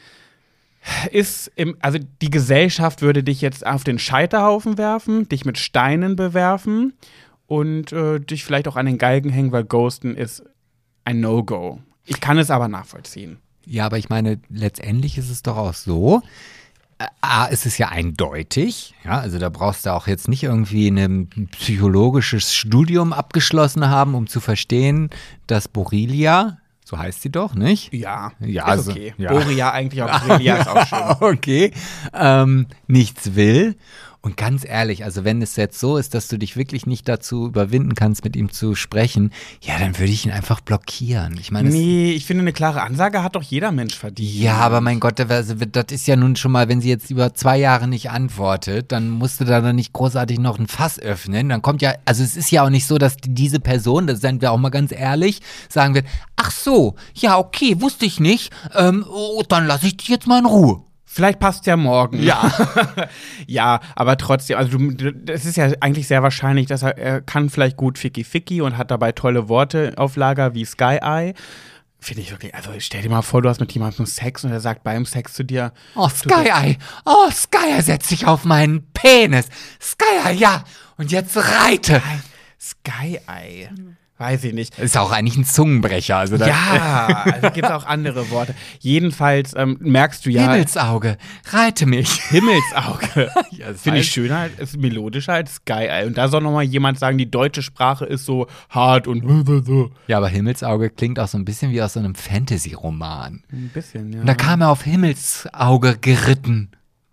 also die Gesellschaft würde dich jetzt auf den Scheiterhaufen werfen, dich mit Steinen bewerfen und dich vielleicht auch an den Galgen hängen, weil Ghosten ist ein No-Go. Ich kann es aber nachvollziehen. Ja, aber ich meine, letztendlich ist es doch auch so, es ist ja eindeutig, ja, also da brauchst du auch jetzt nicht irgendwie ein psychologisches Studium abgeschlossen haben, um zu verstehen, dass Borrelia, so heißt sie doch, nicht? Ja, ist also, okay. Ja. Boria eigentlich, auch Borrelia ist auch schön. Okay, nichts will. Und ganz ehrlich, also wenn es jetzt so ist, dass du dich wirklich nicht dazu überwinden kannst, mit ihm zu sprechen, ja, dann würde ich ihn einfach blockieren. Ich meine, ich finde, eine klare Ansage hat doch jeder Mensch verdient. Ja, aber mein Gott, das ist ja nun schon mal, wenn sie jetzt über 2 Jahre nicht antwortet, dann musst du da dann nicht großartig noch ein Fass öffnen. Dann kommt ja, also es ist ja auch nicht so, dass diese Person, das seien wir auch mal ganz ehrlich, sagen wird, ach so, ja, okay, wusste ich nicht, dann lasse ich dich jetzt mal in Ruhe. Vielleicht passt ja morgen. Ja. Ja, aber trotzdem, also es ist ja eigentlich sehr wahrscheinlich, dass er kann vielleicht gut Ficky und hat dabei tolle Worte auf Lager wie Sky Eye. Finde ich wirklich, also stell dir mal vor, du hast mit jemandem Sex und er sagt beim Sex zu dir, oh, Sky Eye, setz dich auf meinen Penis. Sky Eye, ja, und jetzt reite. Sky Eye. Weiß ich nicht. Ist auch eigentlich ein Zungenbrecher. Also ja, also gibt es auch andere Worte. Jedenfalls merkst du ja. Himmelsauge, reite mich. Himmelsauge. Ja, finde ich schöner, ist melodischer als Sky Eye. Und da soll nochmal jemand sagen, die deutsche Sprache ist so hart und so. Ja, aber Himmelsauge klingt auch so ein bisschen wie aus so einem Fantasy-Roman. Ein bisschen, ja. Und da kam er auf Himmelsauge geritten.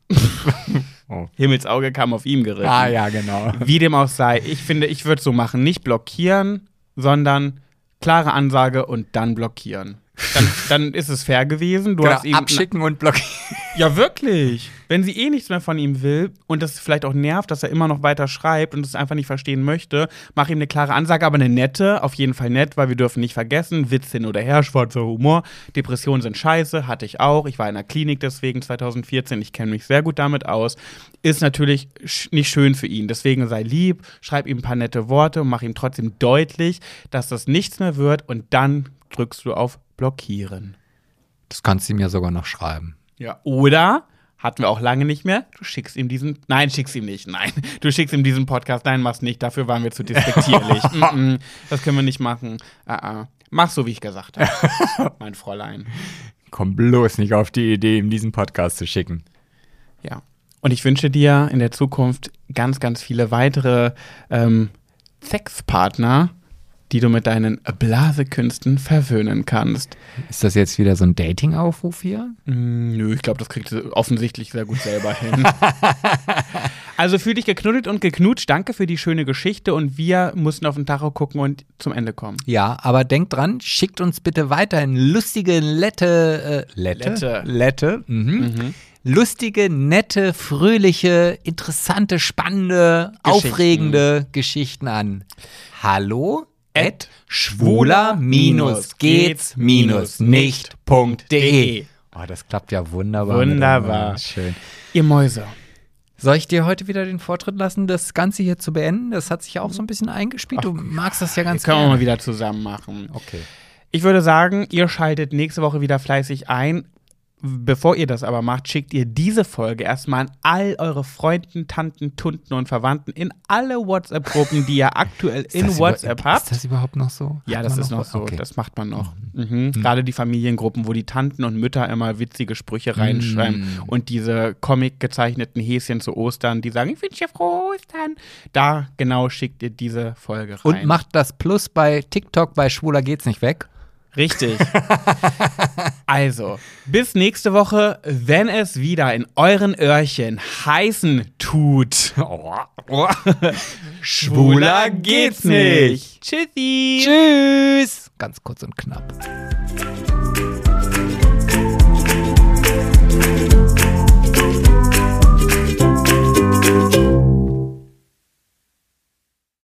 Oh. Himmelsauge kam auf ihm geritten. Ah, ja, genau. Wie dem auch sei. Ich finde, ich würde so machen, nicht blockieren, sondern klare Ansage und dann blockieren. Dann ist es fair gewesen. Du hast ihm abschicken und blockieren. Ja, wirklich. Wenn sie eh nichts mehr von ihm will und das vielleicht auch nervt, dass er immer noch weiter schreibt und es einfach nicht verstehen möchte, mach ihm eine klare Ansage, aber eine nette, auf jeden Fall nett, weil wir dürfen nicht vergessen, Witz hin oder her, schwarzer Humor, Depressionen sind scheiße, hatte ich auch. Ich war in der Klinik deswegen 2014, ich kenne mich sehr gut damit aus. Ist natürlich nicht schön für ihn, deswegen sei lieb, schreib ihm ein paar nette Worte und mach ihm trotzdem deutlich, dass das nichts mehr wird und dann drückst du auf Blockieren. Das kannst du ihm ja sogar noch schreiben. Ja, oder, hatten wir auch lange nicht mehr, du schickst ihm diesen, nein, schickst ihm nicht, nein, du schickst ihm diesen Podcast, nein, mach's nicht, dafür waren wir zu despektierlich. Das können wir nicht machen. Mach so, wie ich gesagt habe, mein Fräulein. Komm bloß nicht auf die Idee, ihm diesen Podcast zu schicken. Ja, und ich wünsche dir in der Zukunft ganz, ganz viele weitere Sexpartner, die du mit deinen Blasekünsten verwöhnen kannst. Ist das jetzt wieder so ein Dating-Aufruf hier? Nö, ich glaube, das kriegt sie offensichtlich sehr gut selber hin. Also fühl dich geknuddelt und geknutscht. Danke für die schöne Geschichte und wir mussten auf den Tacho gucken und zum Ende kommen. Ja, aber denkt dran, schickt uns bitte weiterhin lustige, Lette. Lustige, nette, fröhliche, interessante, spannende, aufregende Geschichten an. Hallo? @schwuler-gehts-nicht.de. Oh, das klappt ja wunderbar. Wunderbar. Schön. Ihr Mäuse. Soll ich dir heute wieder den Vortritt lassen, das Ganze hier zu beenden? Das hat sich ja auch so ein bisschen eingespielt. Du magst das ja ganz gerne. Können wir mal wieder zusammen machen. Okay. Ich würde sagen, ihr schaltet nächste Woche wieder fleißig ein, bevor ihr das aber macht, schickt ihr diese Folge erstmal an all eure Freunden, Tanten, Tunten und Verwandten in alle WhatsApp-Gruppen, die ihr aktuell in WhatsApp habt. Ist das überhaupt noch so? Ja, das ist noch so. Okay. Das macht man noch. Gerade die Familiengruppen, wo die Tanten und Mütter immer witzige Sprüche reinschreiben und diese Comic-gezeichneten Häschen zu Ostern, die sagen, ich wünsche dir frohe Ostern. Da genau schickt ihr diese Folge rein. Und macht das Plus bei TikTok, bei Schwuler geht's nicht weg. Richtig. Also, bis nächste Woche, wenn es wieder in euren Öhrchen heißen tut. Schwuler geht's nicht. Tschüssi. Tschüss. Ganz kurz und knapp.